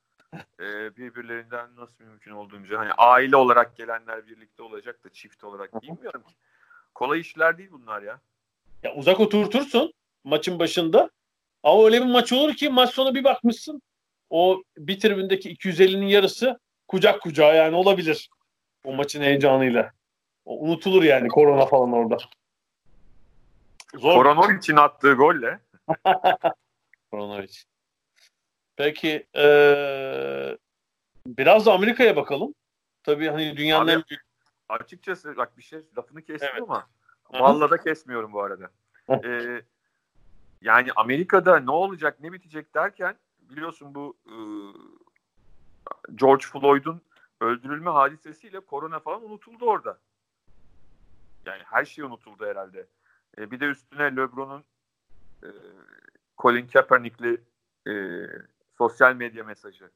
e, birbirlerinden nasıl mümkün olduğunca hani aile olarak gelenler birlikte olacak da çift olarak bilmiyorum ki. Kolay işler değil bunlar ya. Ya uzak oturtursun maçın başında. Ama öyle bir maç olur ki maç sonu bir bakmışsın. O bir tribündeki iki yüz ellinin yarısı kucak kucağa yani olabilir. O maçın heyecanıyla. O unutulur yani, korona falan orada. Zor. Koronovic'in attığı golle. Koronavic. Peki ee, biraz da Amerika'ya bakalım. Tabii hani dünyanın Abi, en büyük... Açıkçası bak bir şey lafını kestim Evet. ama vallahi da kesmiyorum bu arada. ee, yani Amerika'da ne olacak ne bitecek derken biliyorsun bu e, George Floyd'un öldürülme hadisesiyle korona falan unutuldu orada. Yani her şey unutuldu herhalde. E, bir de üstüne LeBron'un e, Colin Kaepernick'li e, sosyal medya mesajı.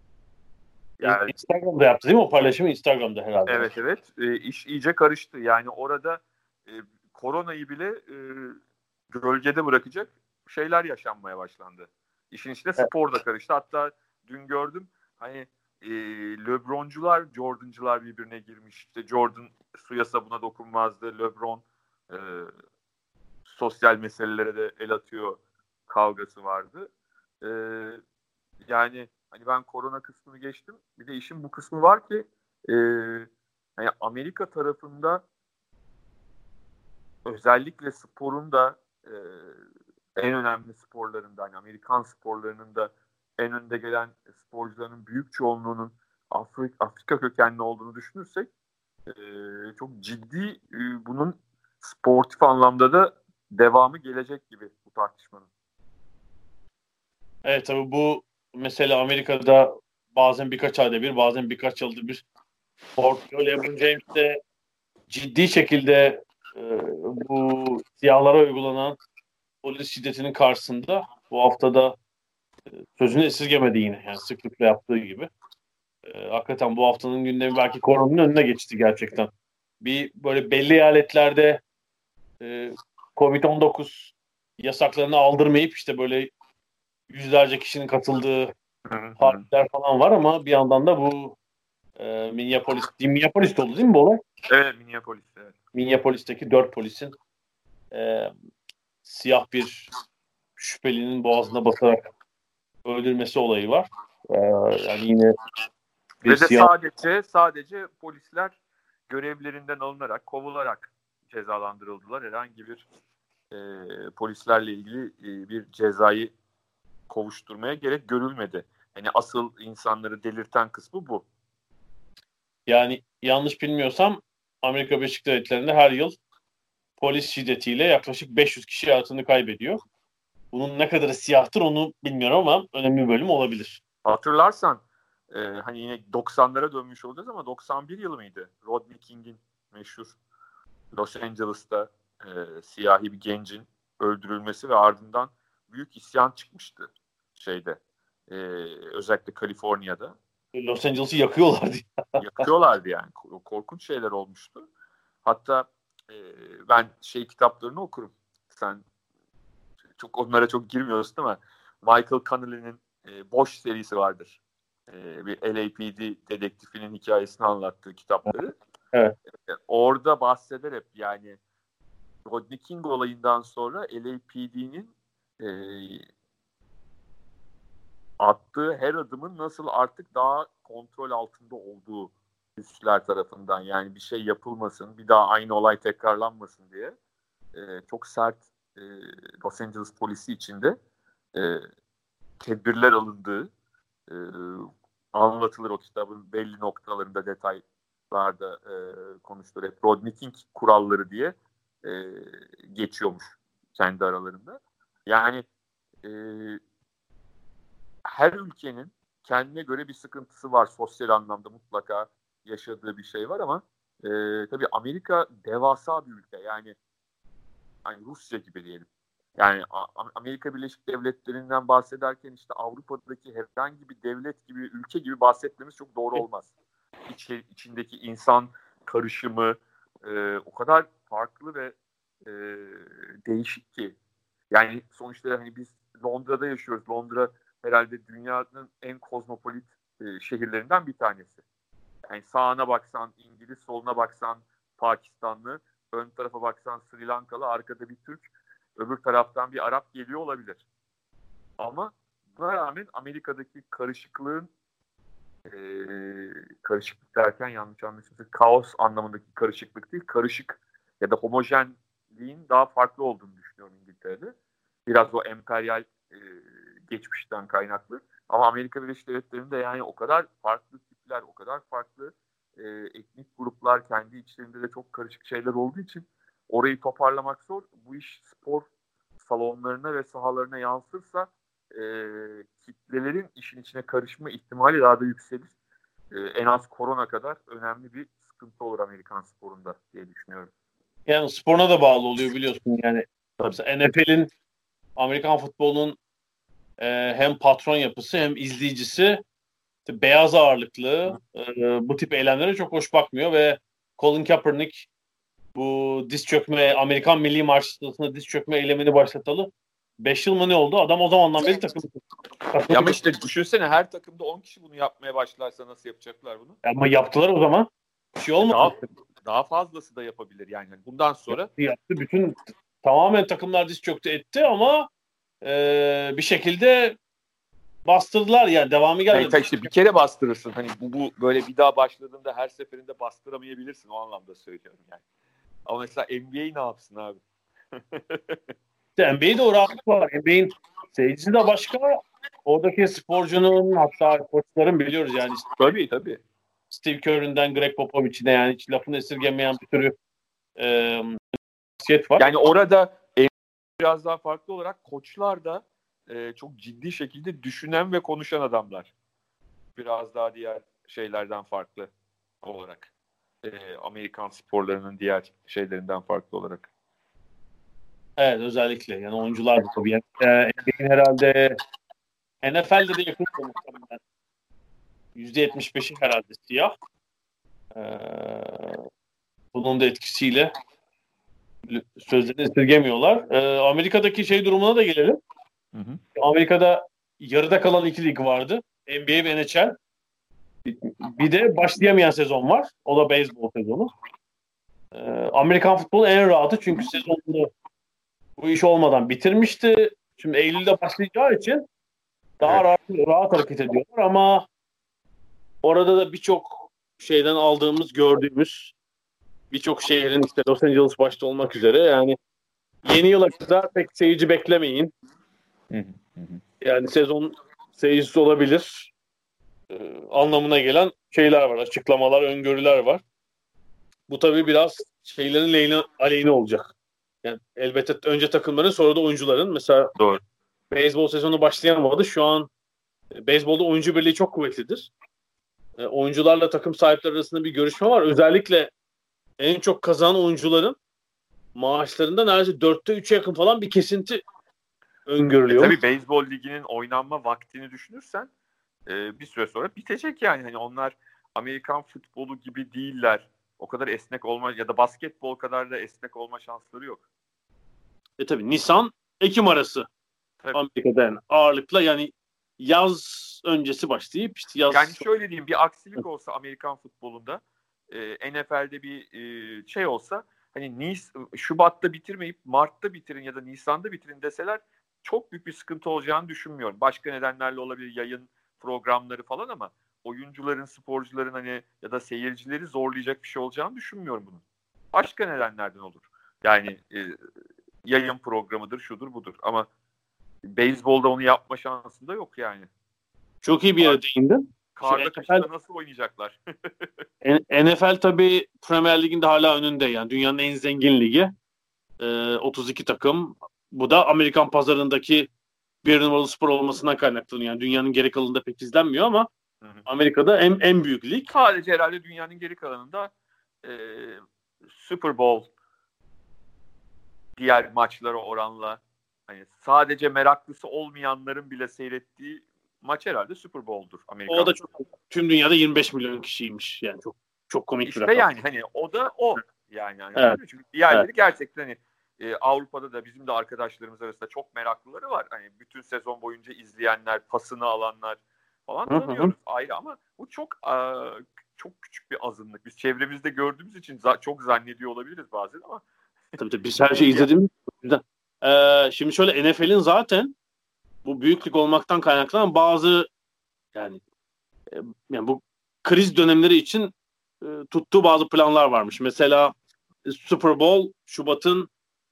Yani, Instagram'da yaptı değil mi o paylaşımı? Instagram'da herhalde. Evet evet. E, iş iyice karıştı. Yani orada e, koronayı bile e, gölgede bırakacak şeyler yaşanmaya başlandı. İşin içine spor da karıştı. Hatta dün gördüm hani e, LeBron'cular, Jordan'cılar birbirine girmiş. İşte Jordan suya sabuna dokunmazdı. LeBron e, sosyal meselelere de el atıyor kavgası vardı. E, yani hani ben korona kısmını geçtim. Bir de işin bu kısmı var ki e, yani Amerika tarafında özellikle sporun da e, en önemli sporlarında, yani Amerikan sporlarının da en önde gelen sporcuların büyük çoğunluğunun Afrik, Afrika kökenli olduğunu düşünürsek e, çok ciddi e, bunun sportif anlamda da devamı gelecek gibi bu tartışmanın. Evet tabii bu mesela Amerika'da bazen birkaç ayda bir, bazen birkaç yılda bir Portföy LeBron James de ciddi şekilde e, bu siyahlara uygulanan polis şiddetinin karşısında bu haftada e, sözünü esirgemedi yine. Yani sıklıkla yaptığı gibi. E, hakikaten bu haftanın gündemi belki koronanın önüne geçti gerçekten. Bir böyle belli eyaletlerde e, covid on dokuz yasaklarını aldırmayıp işte böyle yüzlerce kişinin katıldığı partiler falan var ama bir yandan da bu e, Minneapolis, Minneapolis'te oldu değil mi bu olay? Evet, Minneapolis'te. Evet. Minneapolis'teki dört polisin e, siyah bir şüphelinin boğazına basarak öldürmesi olayı var. Ee, yani yine ve de siyah... sadece sadece polisler görevlerinden alınarak, kovularak cezalandırıldılar. Herhangi bir e, polislerle ilgili e, bir cezayı kovuşturmaya gerek görülmedi. Yani asıl insanları delirten kısmı bu. Yani yanlış bilmiyorsam Amerika Birleşik Devletleri'nde her yıl polis şiddetiyle yaklaşık beş yüz kişi hayatını kaybediyor. Bunun ne kadarı siyahtır onu bilmiyorum ama önemli bir bölüm olabilir. Hatırlarsan e, hani yine doksanlara dönmüş olacağız ama doksan bir yılı mıydı? Rodney King'in meşhur Los Angeles'ta e, siyahi bir gencin öldürülmesi ve ardından büyük isyan çıkmıştı şeyde. E, özellikle Kaliforniya'da. Los Angeles'ı yakıyorlardı. Yakıyorlardı yani. Korkunç şeyler olmuştu. Hatta e, ben şey kitaplarını okurum. Sen çok onlara çok girmiyorsun ama Michael Connelly'nin e, Bosch serisi vardır. E, bir L A P D dedektifinin hikayesini anlattığı kitapları. Evet. E, orada bahseder hep yani Rodney King olayından sonra L A P D'nin e, attığı her adımın nasıl artık daha kontrol altında olduğu üstler tarafından, yani bir şey yapılmasın, bir daha aynı olay tekrarlanmasın diye e, çok sert e, Los Angeles polisi içinde e, tedbirler alındığı e, anlatılır o kitabın belli noktalarında, detaylarda e, konuşulur. Hep Rodney King kuralları diye e, geçiyormuş kendi aralarında. Yani e, her ülkenin kendine göre bir sıkıntısı var. Sosyal anlamda mutlaka yaşadığı bir şey var ama e, tabii Amerika devasa bir ülke. Yani hani Rusya gibi diyelim. Yani Amerika Birleşik Devletleri'nden bahsederken işte Avrupa'daki herhangi bir devlet gibi, ülke gibi bahsetmemiz çok doğru olmaz. İç, içindeki insan karışımı e, o kadar farklı ve e, değişik ki. Yani sonuçta hani biz Londra'da yaşıyoruz. Londra herhalde dünyanın en kozmopolit e, şehirlerinden bir tanesi. Yani sağına baksan İngiliz, soluna baksan Pakistanlı, ön tarafa baksan Sri Lankalı, arkada bir Türk, öbür taraftan bir Arap geliyor olabilir. Ama buna rağmen Amerika'daki karışıklığın e, karışıklık derken yanlış anlaşılmasın, kaos anlamındaki karışıklık değil, karışık ya da homojenliğin daha farklı olduğunu düşünüyorum İngiltere'de. Biraz o emperyal e, geçmişten kaynaklı. Ama Amerika Birleşik Devletleri'nde yani o kadar farklı tipler, o kadar farklı e, etnik gruplar, kendi içlerinde de çok karışık şeyler olduğu için orayı toparlamak zor. Bu iş spor salonlarına ve sahalarına yansırsa e, kitlelerin işin içine karışma ihtimali daha da yükselir. E, en az korona kadar önemli bir sıkıntı olur Amerikan sporunda diye düşünüyorum. Yani sporuna da bağlı oluyor biliyorsun yani. Mesela N F L'in, Amerikan futbolunun e, hem patron yapısı hem izleyicisi işte beyaz ağırlıklı e, bu tip eylemlere çok hoş bakmıyor ve Colin Kaepernick bu diz çökme, Amerikan Milli Marşı sırasında diz çökme eylemini başlatalı beş yıl mı ne oldu? Adam o zamandan beri takım. Ya ama işte düşünsene, her takımda on kişi bunu yapmaya başlarsa nasıl yapacaklar bunu? Ama yaptılar o zaman. Bir şey olmadı. Daha, daha fazlası da yapabilir yani. Bundan sonra. Yaptı, yaptı. Bütün tamamen takımlar diz çöktü etti ama e, bir şekilde bastırdılar yani, devamı gelmedi. Yani işte bir kere bastırırsın. Hani bu, bu böyle bir daha başladığında her seferinde bastıramayabilirsin, o anlamda söylüyorum yani. Ama mesela N B A ne yapsın abi? İşte N B A'de o rahatlık var. N B A'in seyircisi de başka. Oradaki sporcunun, hatta koçların biliyoruz yani. Tabii tabii. Steve Kerr'ünden Greg Popovich'ine yani hiç lafını esirgemeyen bir sürü e, şirket var. Yani orada biraz daha farklı olarak koçlar da e, çok ciddi şekilde düşünen ve konuşan adamlar. Biraz daha diğer şeylerden farklı olarak. E, Amerikan sporlarının diğer şeylerinden farklı olarak. Evet, özellikle yani oyuncular da tabii. Yani, e, N B A'in herhalde N F L'de de yakın muhtemelen. yüzde yetmiş beşi herhalde siyah. Ee, bunun da etkisiyle sözlerini esirgemiyorlar. Ee, Amerika'daki şey durumuna da gelelim. Hı hı. Amerika'da yarıda kalan iki lig vardı. N B A ve N H L. Bir de başlayamayan sezon var. O da beyzbol sezonu. Ee, Amerikan futbolu en rahatı çünkü sezonunu bu iş olmadan bitirmişti. Şimdi Eylül'de başlayacağı için Daha Evet. rahat, rahat hareket ediyorlar ama orada da birçok şeyden aldığımız, gördüğümüz birçok şehrin işte Los Angeles başta olmak üzere yani yeni yıla kadar pek seyirci beklemeyin. Hı hı, hı hı. Yani sezon seyircisi olabilir e, anlamına gelen şeyler var, açıklamalar, öngörüler var. Bu tabii biraz şeylerin lehine, aleyhine olacak. Yani elbette önce takımların sonra da oyuncuların. Mesela Doğru. beyzbol sezonu başlayamadı. Şu an e, beyzbolda oyuncu birliği çok kuvvetlidir. E, oyuncularla takım sahipleri arasında bir görüşme var. Özellikle en çok kazanan oyuncuların maaşlarında neredeyse dörtte üçe yakın falan bir kesinti E öngörülüyor. tabii beyzbol liginin oynanma vaktini düşünürsen e, bir süre sonra bitecek yani. Hani onlar Amerikan futbolu gibi değiller. O kadar esnek olma ya da basketbol kadar da esnek olma şansları yok. E tabii Nisan, Ekim arası Tabii. Amerika'da yani ağırlıkla yani yaz öncesi başlayıp işte yaz... Yani şöyle diyeyim, bir aksilik olsa Amerikan futbolunda e, N F L'de bir e, şey olsa hani Nis, Şubat'ta bitirmeyip Mart'ta bitirin ya da Nisan'da bitirin deseler çok büyük bir sıkıntı olacağını düşünmüyorum. Başka nedenlerle olabilir, yayın programları falan, ama oyuncuların, sporcuların hani ya da seyircileri zorlayacak bir şey olacağını düşünmüyorum bunun. Başka nedenlerden olur. Yani e, yayın programıdır, şudur budur, ama beyzbolda onu yapma şansı da yok yani. Çok iyi bir yere değindin. Karda Şey, kışta nasıl oynayacaklar? N F L tabii Premier Lig'in de hala önünde yani dünyanın en zengin ligi. Ee, otuz iki takım. Bu da Amerikan pazarındaki bir numaralı spor olmasından kaynaklanıyor. Yani dünyanın geri kalanında pek izlenmiyor ama Hı hı. Amerika'da en, en büyük lig. Sadece herhalde dünyanın geri kalanında e, Super Bowl diğer maçlara oranla hani sadece meraklısı olmayanların bile seyrettiği maç herhalde Super Bowl'dur Amerikan. O da çok tüm dünyada yirmi beş milyon kişiymiş. Yani çok çok komik İşte bir rakam. yani hani o da o yani, yani Evet. çünkü diğerleri Evet. gerçekten hani e, Avrupa'da da bizim de arkadaşlarımız arasında çok meraklıları var. Hani bütün sezon boyunca izleyenler, pasını alanlar falan Hı hı. tanıyoruz ayrı, ama bu çok a, çok küçük bir azınlık. Biz çevremizde gördüğümüz için za- çok zannediyor olabiliriz bazen, ama Tabii tabii biz her şeyi izlediğimiz yüzden. Ee, şimdi şöyle N F L'in zaten bu büyüklük olmaktan kaynaklanan bazı yani e, yani bu kriz dönemleri için e, tuttuğu bazı planlar varmış. Mesela e, Super Bowl Şubat'ın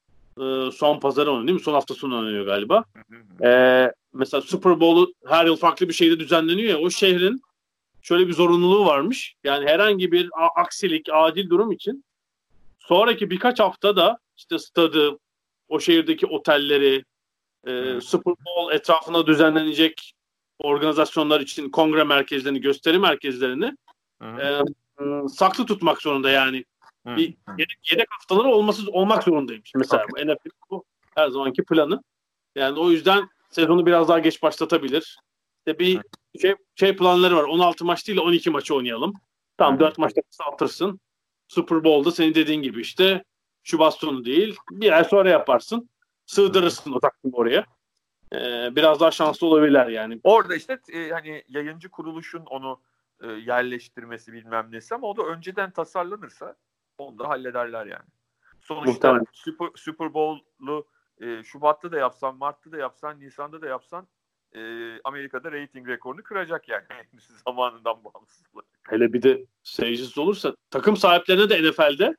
e, son pazarı onun değil mi? Son hafta sonu oynanıyor galiba. E, mesela Super Bowl'u her yıl farklı bir şeyde düzenleniyor ya, o şehrin şöyle bir zorunluluğu varmış. Yani herhangi bir a- aksilik, acil durum için sonraki birkaç haftada işte stadı, o şehirdeki otelleri, e, Super Bowl etrafına düzenlenecek organizasyonlar için kongre merkezlerini, gösteri merkezlerini e, saklı tutmak zorunda yani. Bir yedek, yedek haftaları olması olmak zorundaymış. Mesela bu N F L bu her zamanki planı. Yani o yüzden sezonu biraz daha geç başlatabilir. İşte bir şey, şey planları var. on altı maç değil on iki maçı oynayalım. Tamam, dört maçta kısaltırsın. Super Bowl'da senin dediğin gibi işte Şubat sonu değil bir ay sonra yaparsın. Sığdırırsın o takvimi oraya. Ee, biraz daha şanslı olabilirler yani. Orada işte e, hani yayıncı kuruluşun onu e, yerleştirmesi bilmem nesi, ama o da önceden tasarlanırsa onu da hallederler yani. Sonuçta Muhtemelen. Super, Super Bowl'lu e, Şubat'ta da yapsan, Mart'ta da yapsan, Nisan'da da yapsan e, Amerika'da rating rekorunu kıracak yani. Zamanından bağımsız olarak. Hele bir de seyircisiz olursa takım sahiplerine de N F L'de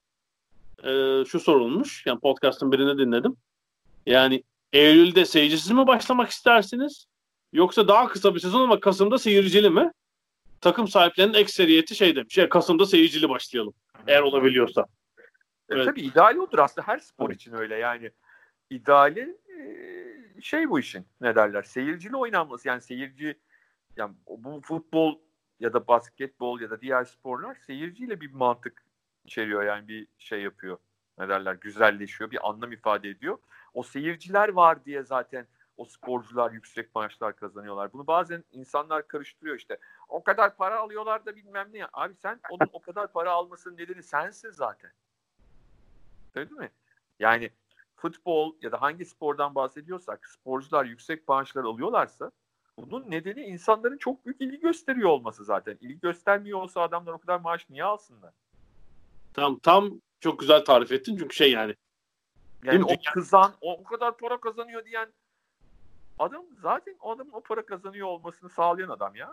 e, şu sorulmuş. Yani podcast'ın birini dinledim. Yani Eylül'de seyircisiz mi başlamak istersiniz? Yoksa daha kısa bir sezon ama Kasım'da seyircili mi? Takım sahiplerinin ekseriyeti şey demiş. Ya Kasım'da seyircili başlayalım. Eğer olabiliyorsa. E, Evet. tabii ideali odur aslında, her spor Evet. için öyle yani. İdeali e, şey bu işin, ne derler, seyircili oynanması, yani seyirci, yani bu futbol ya da basketbol ya da diğer sporlar seyirciyle bir mantık içeriyor, yani bir şey yapıyor, ne derler, güzelleşiyor, bir anlam ifade ediyor. O seyirciler var diye zaten o sporcular yüksek maaşlar kazanıyorlar. Bunu bazen insanlar karıştırıyor işte. O kadar para alıyorlar da bilmem ne ya. Abi sen onun o kadar para almasının nedeni sensin zaten. Öyle değil mi? Yani futbol ya da hangi spordan bahsediyorsak sporcular yüksek maaşlar alıyorlarsa bunun nedeni insanların çok büyük ilgi gösteriyor olması zaten. İlgi göstermiyor olsa adamlar o kadar maaş niye alsınlar? Tam tam çok güzel tarif ettin çünkü şey yani. Yani o Dünya... kızan, o, o kadar para kazanıyor diyen adam zaten o adamın o para kazanıyor olmasını sağlayan adam ya.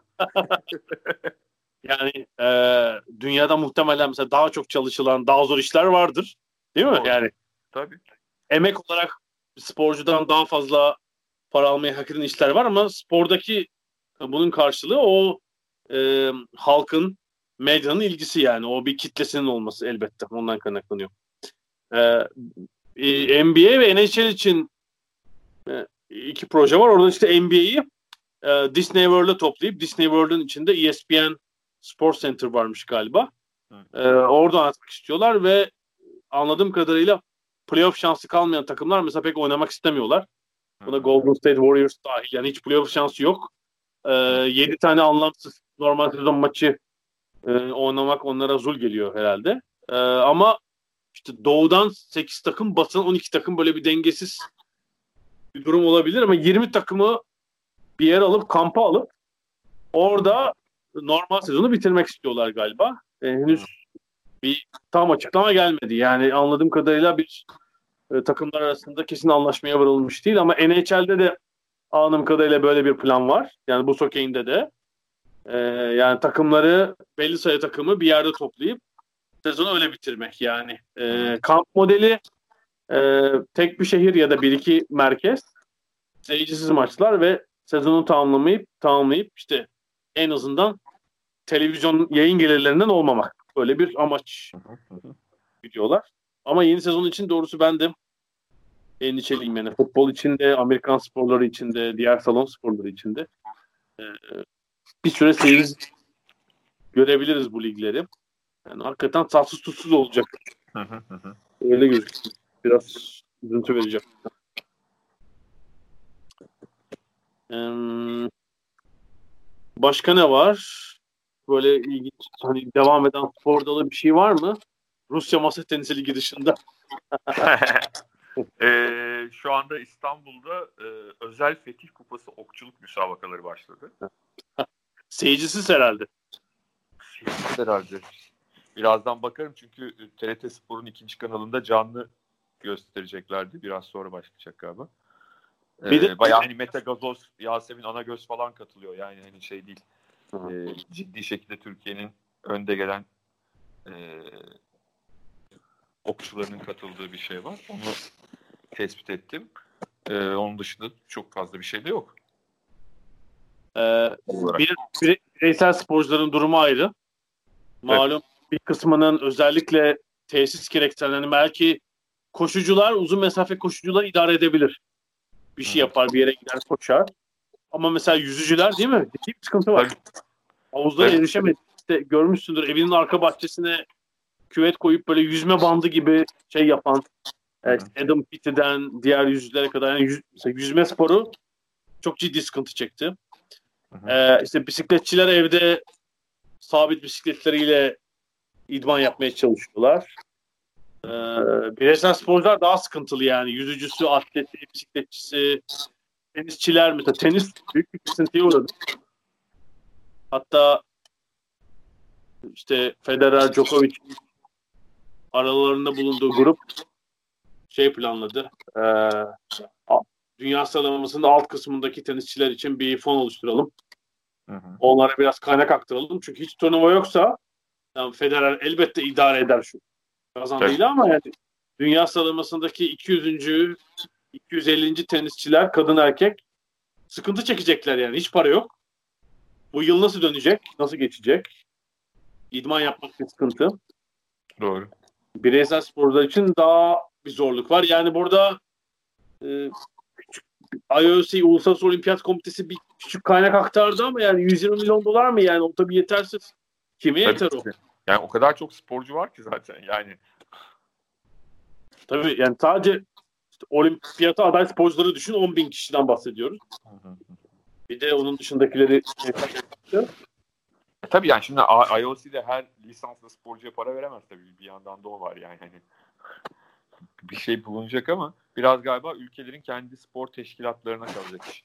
Yani e, dünyada muhtemelen mesela daha çok çalışılan, daha zor işler vardır. Değil mi? Doğru. Yani Tabii. emek olarak sporcudan daha fazla para almayı hak eden işler var ama spordaki bunun karşılığı o e, halkın, medyanın ilgisi yani. O bir kitlesinin olması elbette. Ondan kaynaklanıyor. E, e, N B A ve N H L için e, iki proje var. Orada işte N B A'yi e, Disney World'a toplayıp Disney World'un içinde E S P N Sports Center varmış galiba. E, orada anlatmak istiyorlar ve anladığım kadarıyla playoff şansı kalmayan takımlar mesela pek oynamak istemiyorlar. Buna Golden State Warriors dahil. Yani hiç playoff şansı yok. Ee, yedi tane anlamsız normal sezon maçı e, oynamak onlara zul geliyor herhalde. Ee, ama işte doğudan sekiz takım, batıdan on iki takım böyle bir dengesiz bir durum olabilir ama yirmi takımı bir yer alıp kampa alıp orada normal sezonu bitirmek istiyorlar galiba. Ee, henüz bir tam açıklama gelmedi. Yani anladığım kadarıyla bir e, takımlar arasında kesin anlaşmaya varılmış değil ama N H L'de de anladığım kadarıyla böyle bir plan var. Yani bu sokeyinde de e, yani takımları belli sayı takımı bir yerde toplayıp sezonu öyle bitirmek yani. E, kamp modeli e, tek bir şehir ya da bir iki merkez seyircisiz maçlar ve sezonu tamamlamayıp tamamlayıp işte en azından televizyon yayın gelirlerinden olmamak. Böyle bir amaç gidiyorlar. Ama yeni sezon için doğrusu ben de endişeliyim yani. Futbol içinde, Amerikan sporları içinde, diğer salon sporları içinde. Ee, bir süre seyir görebiliriz bu ligleri. Yani hakikaten tatsız tutsuz olacak. Öyle gözüküyor. Biraz üzüntü verecek. Ee, başka ne var? Böyle ilginç, hani devam eden spor dalı bir şey var mı? Rusya masa tenisi ligi dışında. Ee, şu anda İstanbul'da e, özel Fetih Kupası okçuluk müsabakaları başladı. Seyircisiz herhalde. Seyircisiz herhalde. Birazdan bakarım çünkü T R T Spor'un ikinci kanalında canlı göstereceklerdi. Biraz sonra başlayacak galiba. Ee, Bir de bayağı hani Mete Gazoz, Yasemin Anagöz falan katılıyor. Yani hani şey değil. E, ciddi şekilde Türkiye'nin önde gelen e, okçularının katıldığı bir şey var. Onu tespit ettim. Ee, onun dışında çok fazla bir şey de yok. Ee, bir, bir, bireysel sporcuların durumu ayrı. Malum evet. Bir kısmının özellikle tesis gerektiren belki koşucular, uzun mesafe koşucular idare edebilir. Bir şey yapar, bir yere gider, koşar. Ama mesela yüzücüler değil mi? Ciddi bir sıkıntı var. Havuzlara evet. erişemedi. İşte görmüşsündür evinin arka bahçesine küvet koyup böyle yüzme bandı gibi şey yapan evet, Adam Peaty'den diğer yüzücülere kadar yani yüz, mesela yüzme sporu çok ciddi sıkıntı çekti. Ee, işte bisikletçiler evde sabit bisikletleriyle idman yapmaya çalışıyorlar. Ee, bireysel sporcular daha sıkıntılı yani. Yüzücüsü, atleti, bisikletçisi, tenisçiler mesela tenis büyük bir kesintiye uğradı. Hatta işte Federer, Djokovic aralarında bulunduğu grup şey planladı. E, dünya sıralamasının alt kısmındaki tenisçiler için bir fon oluşturalım. Hı hı. Onlara biraz kaynak aktaralım. Çünkü hiç turnuva yoksa yani Federer elbette idare eder şu kazandığıyla ama yani dünya sıralamasındaki iki yüzüncü. iki yüz ellinci tenisçiler kadın erkek sıkıntı çekecekler yani. Hiç para yok. Bu yıl nasıl dönecek? Nasıl geçecek? İdman yapmak bir sıkıntı. Doğru. Bireysel sporcular için daha bir zorluk var. Yani burada e, küçük I O C Uluslararası Olimpiyat Komitesi bir küçük kaynak aktardı ama yani yüz yirmi milyon dolar mı yani? O tabii yetersiz. Kime tabii yeter o? Yani o kadar çok sporcu var ki zaten yani. Tabii yani sadece işte olimpiyata aday sporcuları düşün, on bin kişiden bahsediyoruz. Hı hı. Bir de onun dışındakileri e, tabii yani şimdi I O C'de her lisanslı sporcuya para veremez tabii. Bir yandan da o var yani hani bir şey bulunacak ama biraz galiba ülkelerin kendi spor teşkilatlarına kalacak iş.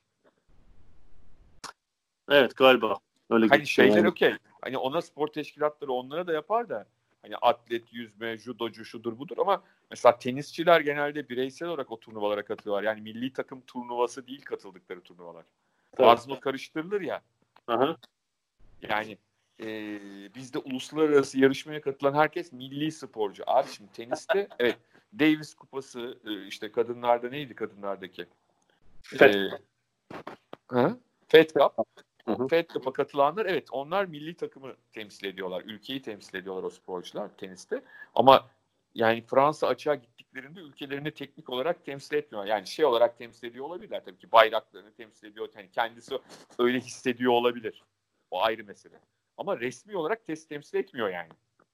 Evet galiba. Öyle hani şeyler yani. Okey. Hani ona spor teşkilatları onlara da yapar da Hani atlet, yüzme, judocu, şudur budur ama mesela tenisçiler genelde bireysel olarak o turnuvalara katılıyorlar. Yani milli takım turnuvası değil katıldıkları turnuvalar. Fazla karıştırılır ya. Aha. Yani e, bizde uluslararası yarışmaya katılan herkes milli sporcu. Abi şimdi teniste evet Davis Kupası e, işte kadınlarda neydi kadınlardaki? Fed. E, ha? Fed Cup. Hı hı. Fed Cup'a katılanlar evet onlar milli takımı temsil ediyorlar. Ülkeyi temsil ediyorlar o sporcular teniste. Ama yani Fransa açığa gittiklerinde ülkelerini teknik olarak temsil etmiyor. Yani şey olarak temsil ediyor olabilirler tabii ki bayraklarını temsil ediyor. Yani kendisi öyle hissediyor olabilir. O ayrı mesele. Ama resmi olarak test temsil etmiyor yani.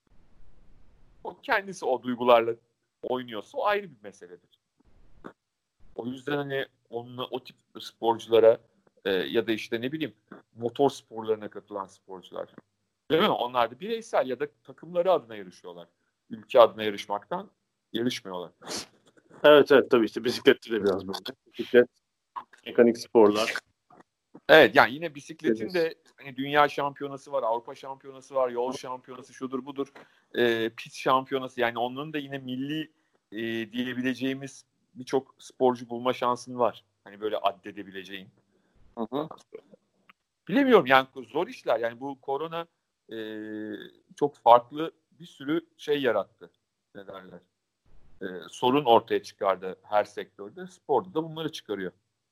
O kendisi o duygularla oynuyorsa o ayrı bir meseledir. O yüzden hani onunla, o tip sporculara e, ya da işte ne bileyim motor sporlarına katılan sporcular. Değil mi? Onlar da bireysel ya da takımları adına yarışıyorlar. Ülke adına yarışmaktan yarışmıyorlar. Evet evet tabii işte bisiklette de biraz böyle. Bisiklet, mekanik sporlar. Evet yani yine bisikletin de hani dünya şampiyonası var, Avrupa şampiyonası var, yol şampiyonası şudur budur, e, pit şampiyonası yani onların da yine milli e, diyebileceğimiz birçok sporcu bulma şansın var. Hani böyle addedebileceğin. Hı hı. Bilemiyorum yani zor işler yani bu korona e, çok farklı bir sürü şey yarattı. Ne derler? E, sorun ortaya çıkardı her sektörde. Sporda da bunları çıkarıyor.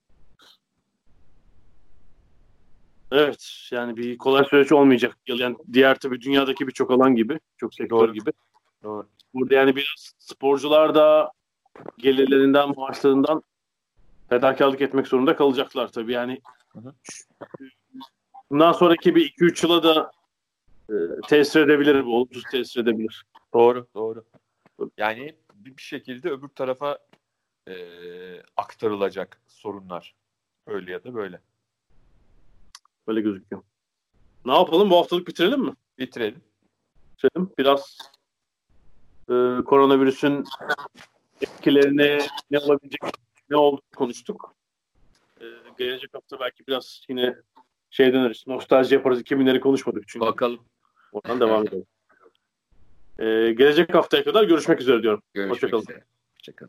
Evet yani bir kolay süreç olmayacak. Yani diğer tabii dünyadaki birçok alan gibi, çok sektör Doğru. gibi. Doğru. Burada yani biraz sporcular da gelirlerinden, maaşlarından fedakarlık etmek zorunda kalacaklar tabii. Yani Hı hı. bundan sonraki bir iki üç yıla da e, tesir edebilir bu. Olumsuz tesir edebilir. Doğru, doğru. Yani bir şekilde öbür tarafa e, aktarılacak sorunlar. Öyle ya da böyle. Böyle gözüküyor. Ne yapalım? Bu haftalık bitirelim mi? Bitirelim. Bitirelim. Biraz e, koronavirüsün etkilerini ne olabilecek, ne oldu konuştuk. E, gelecek hafta belki biraz yine şey döneriz. Nostalji yaparız. iki binleri konuşmadık çünkü. Bakalım. Oradan devam edelim. E, gelecek haftaya kadar görüşmek üzere diyorum. Görüşmek Hoşçakalın. üzere. Hoşçakalın.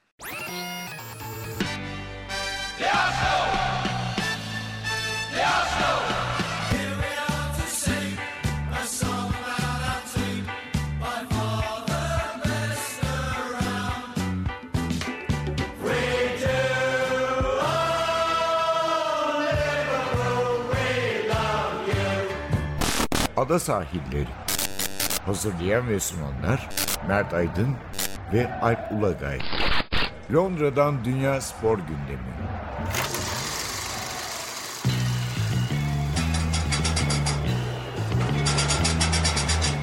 Ada Sahilleri. Hazırlayan ve sunanlar Mert Aydın ve Alp Ulagay. Londra'dan Dünya Spor Gündemi.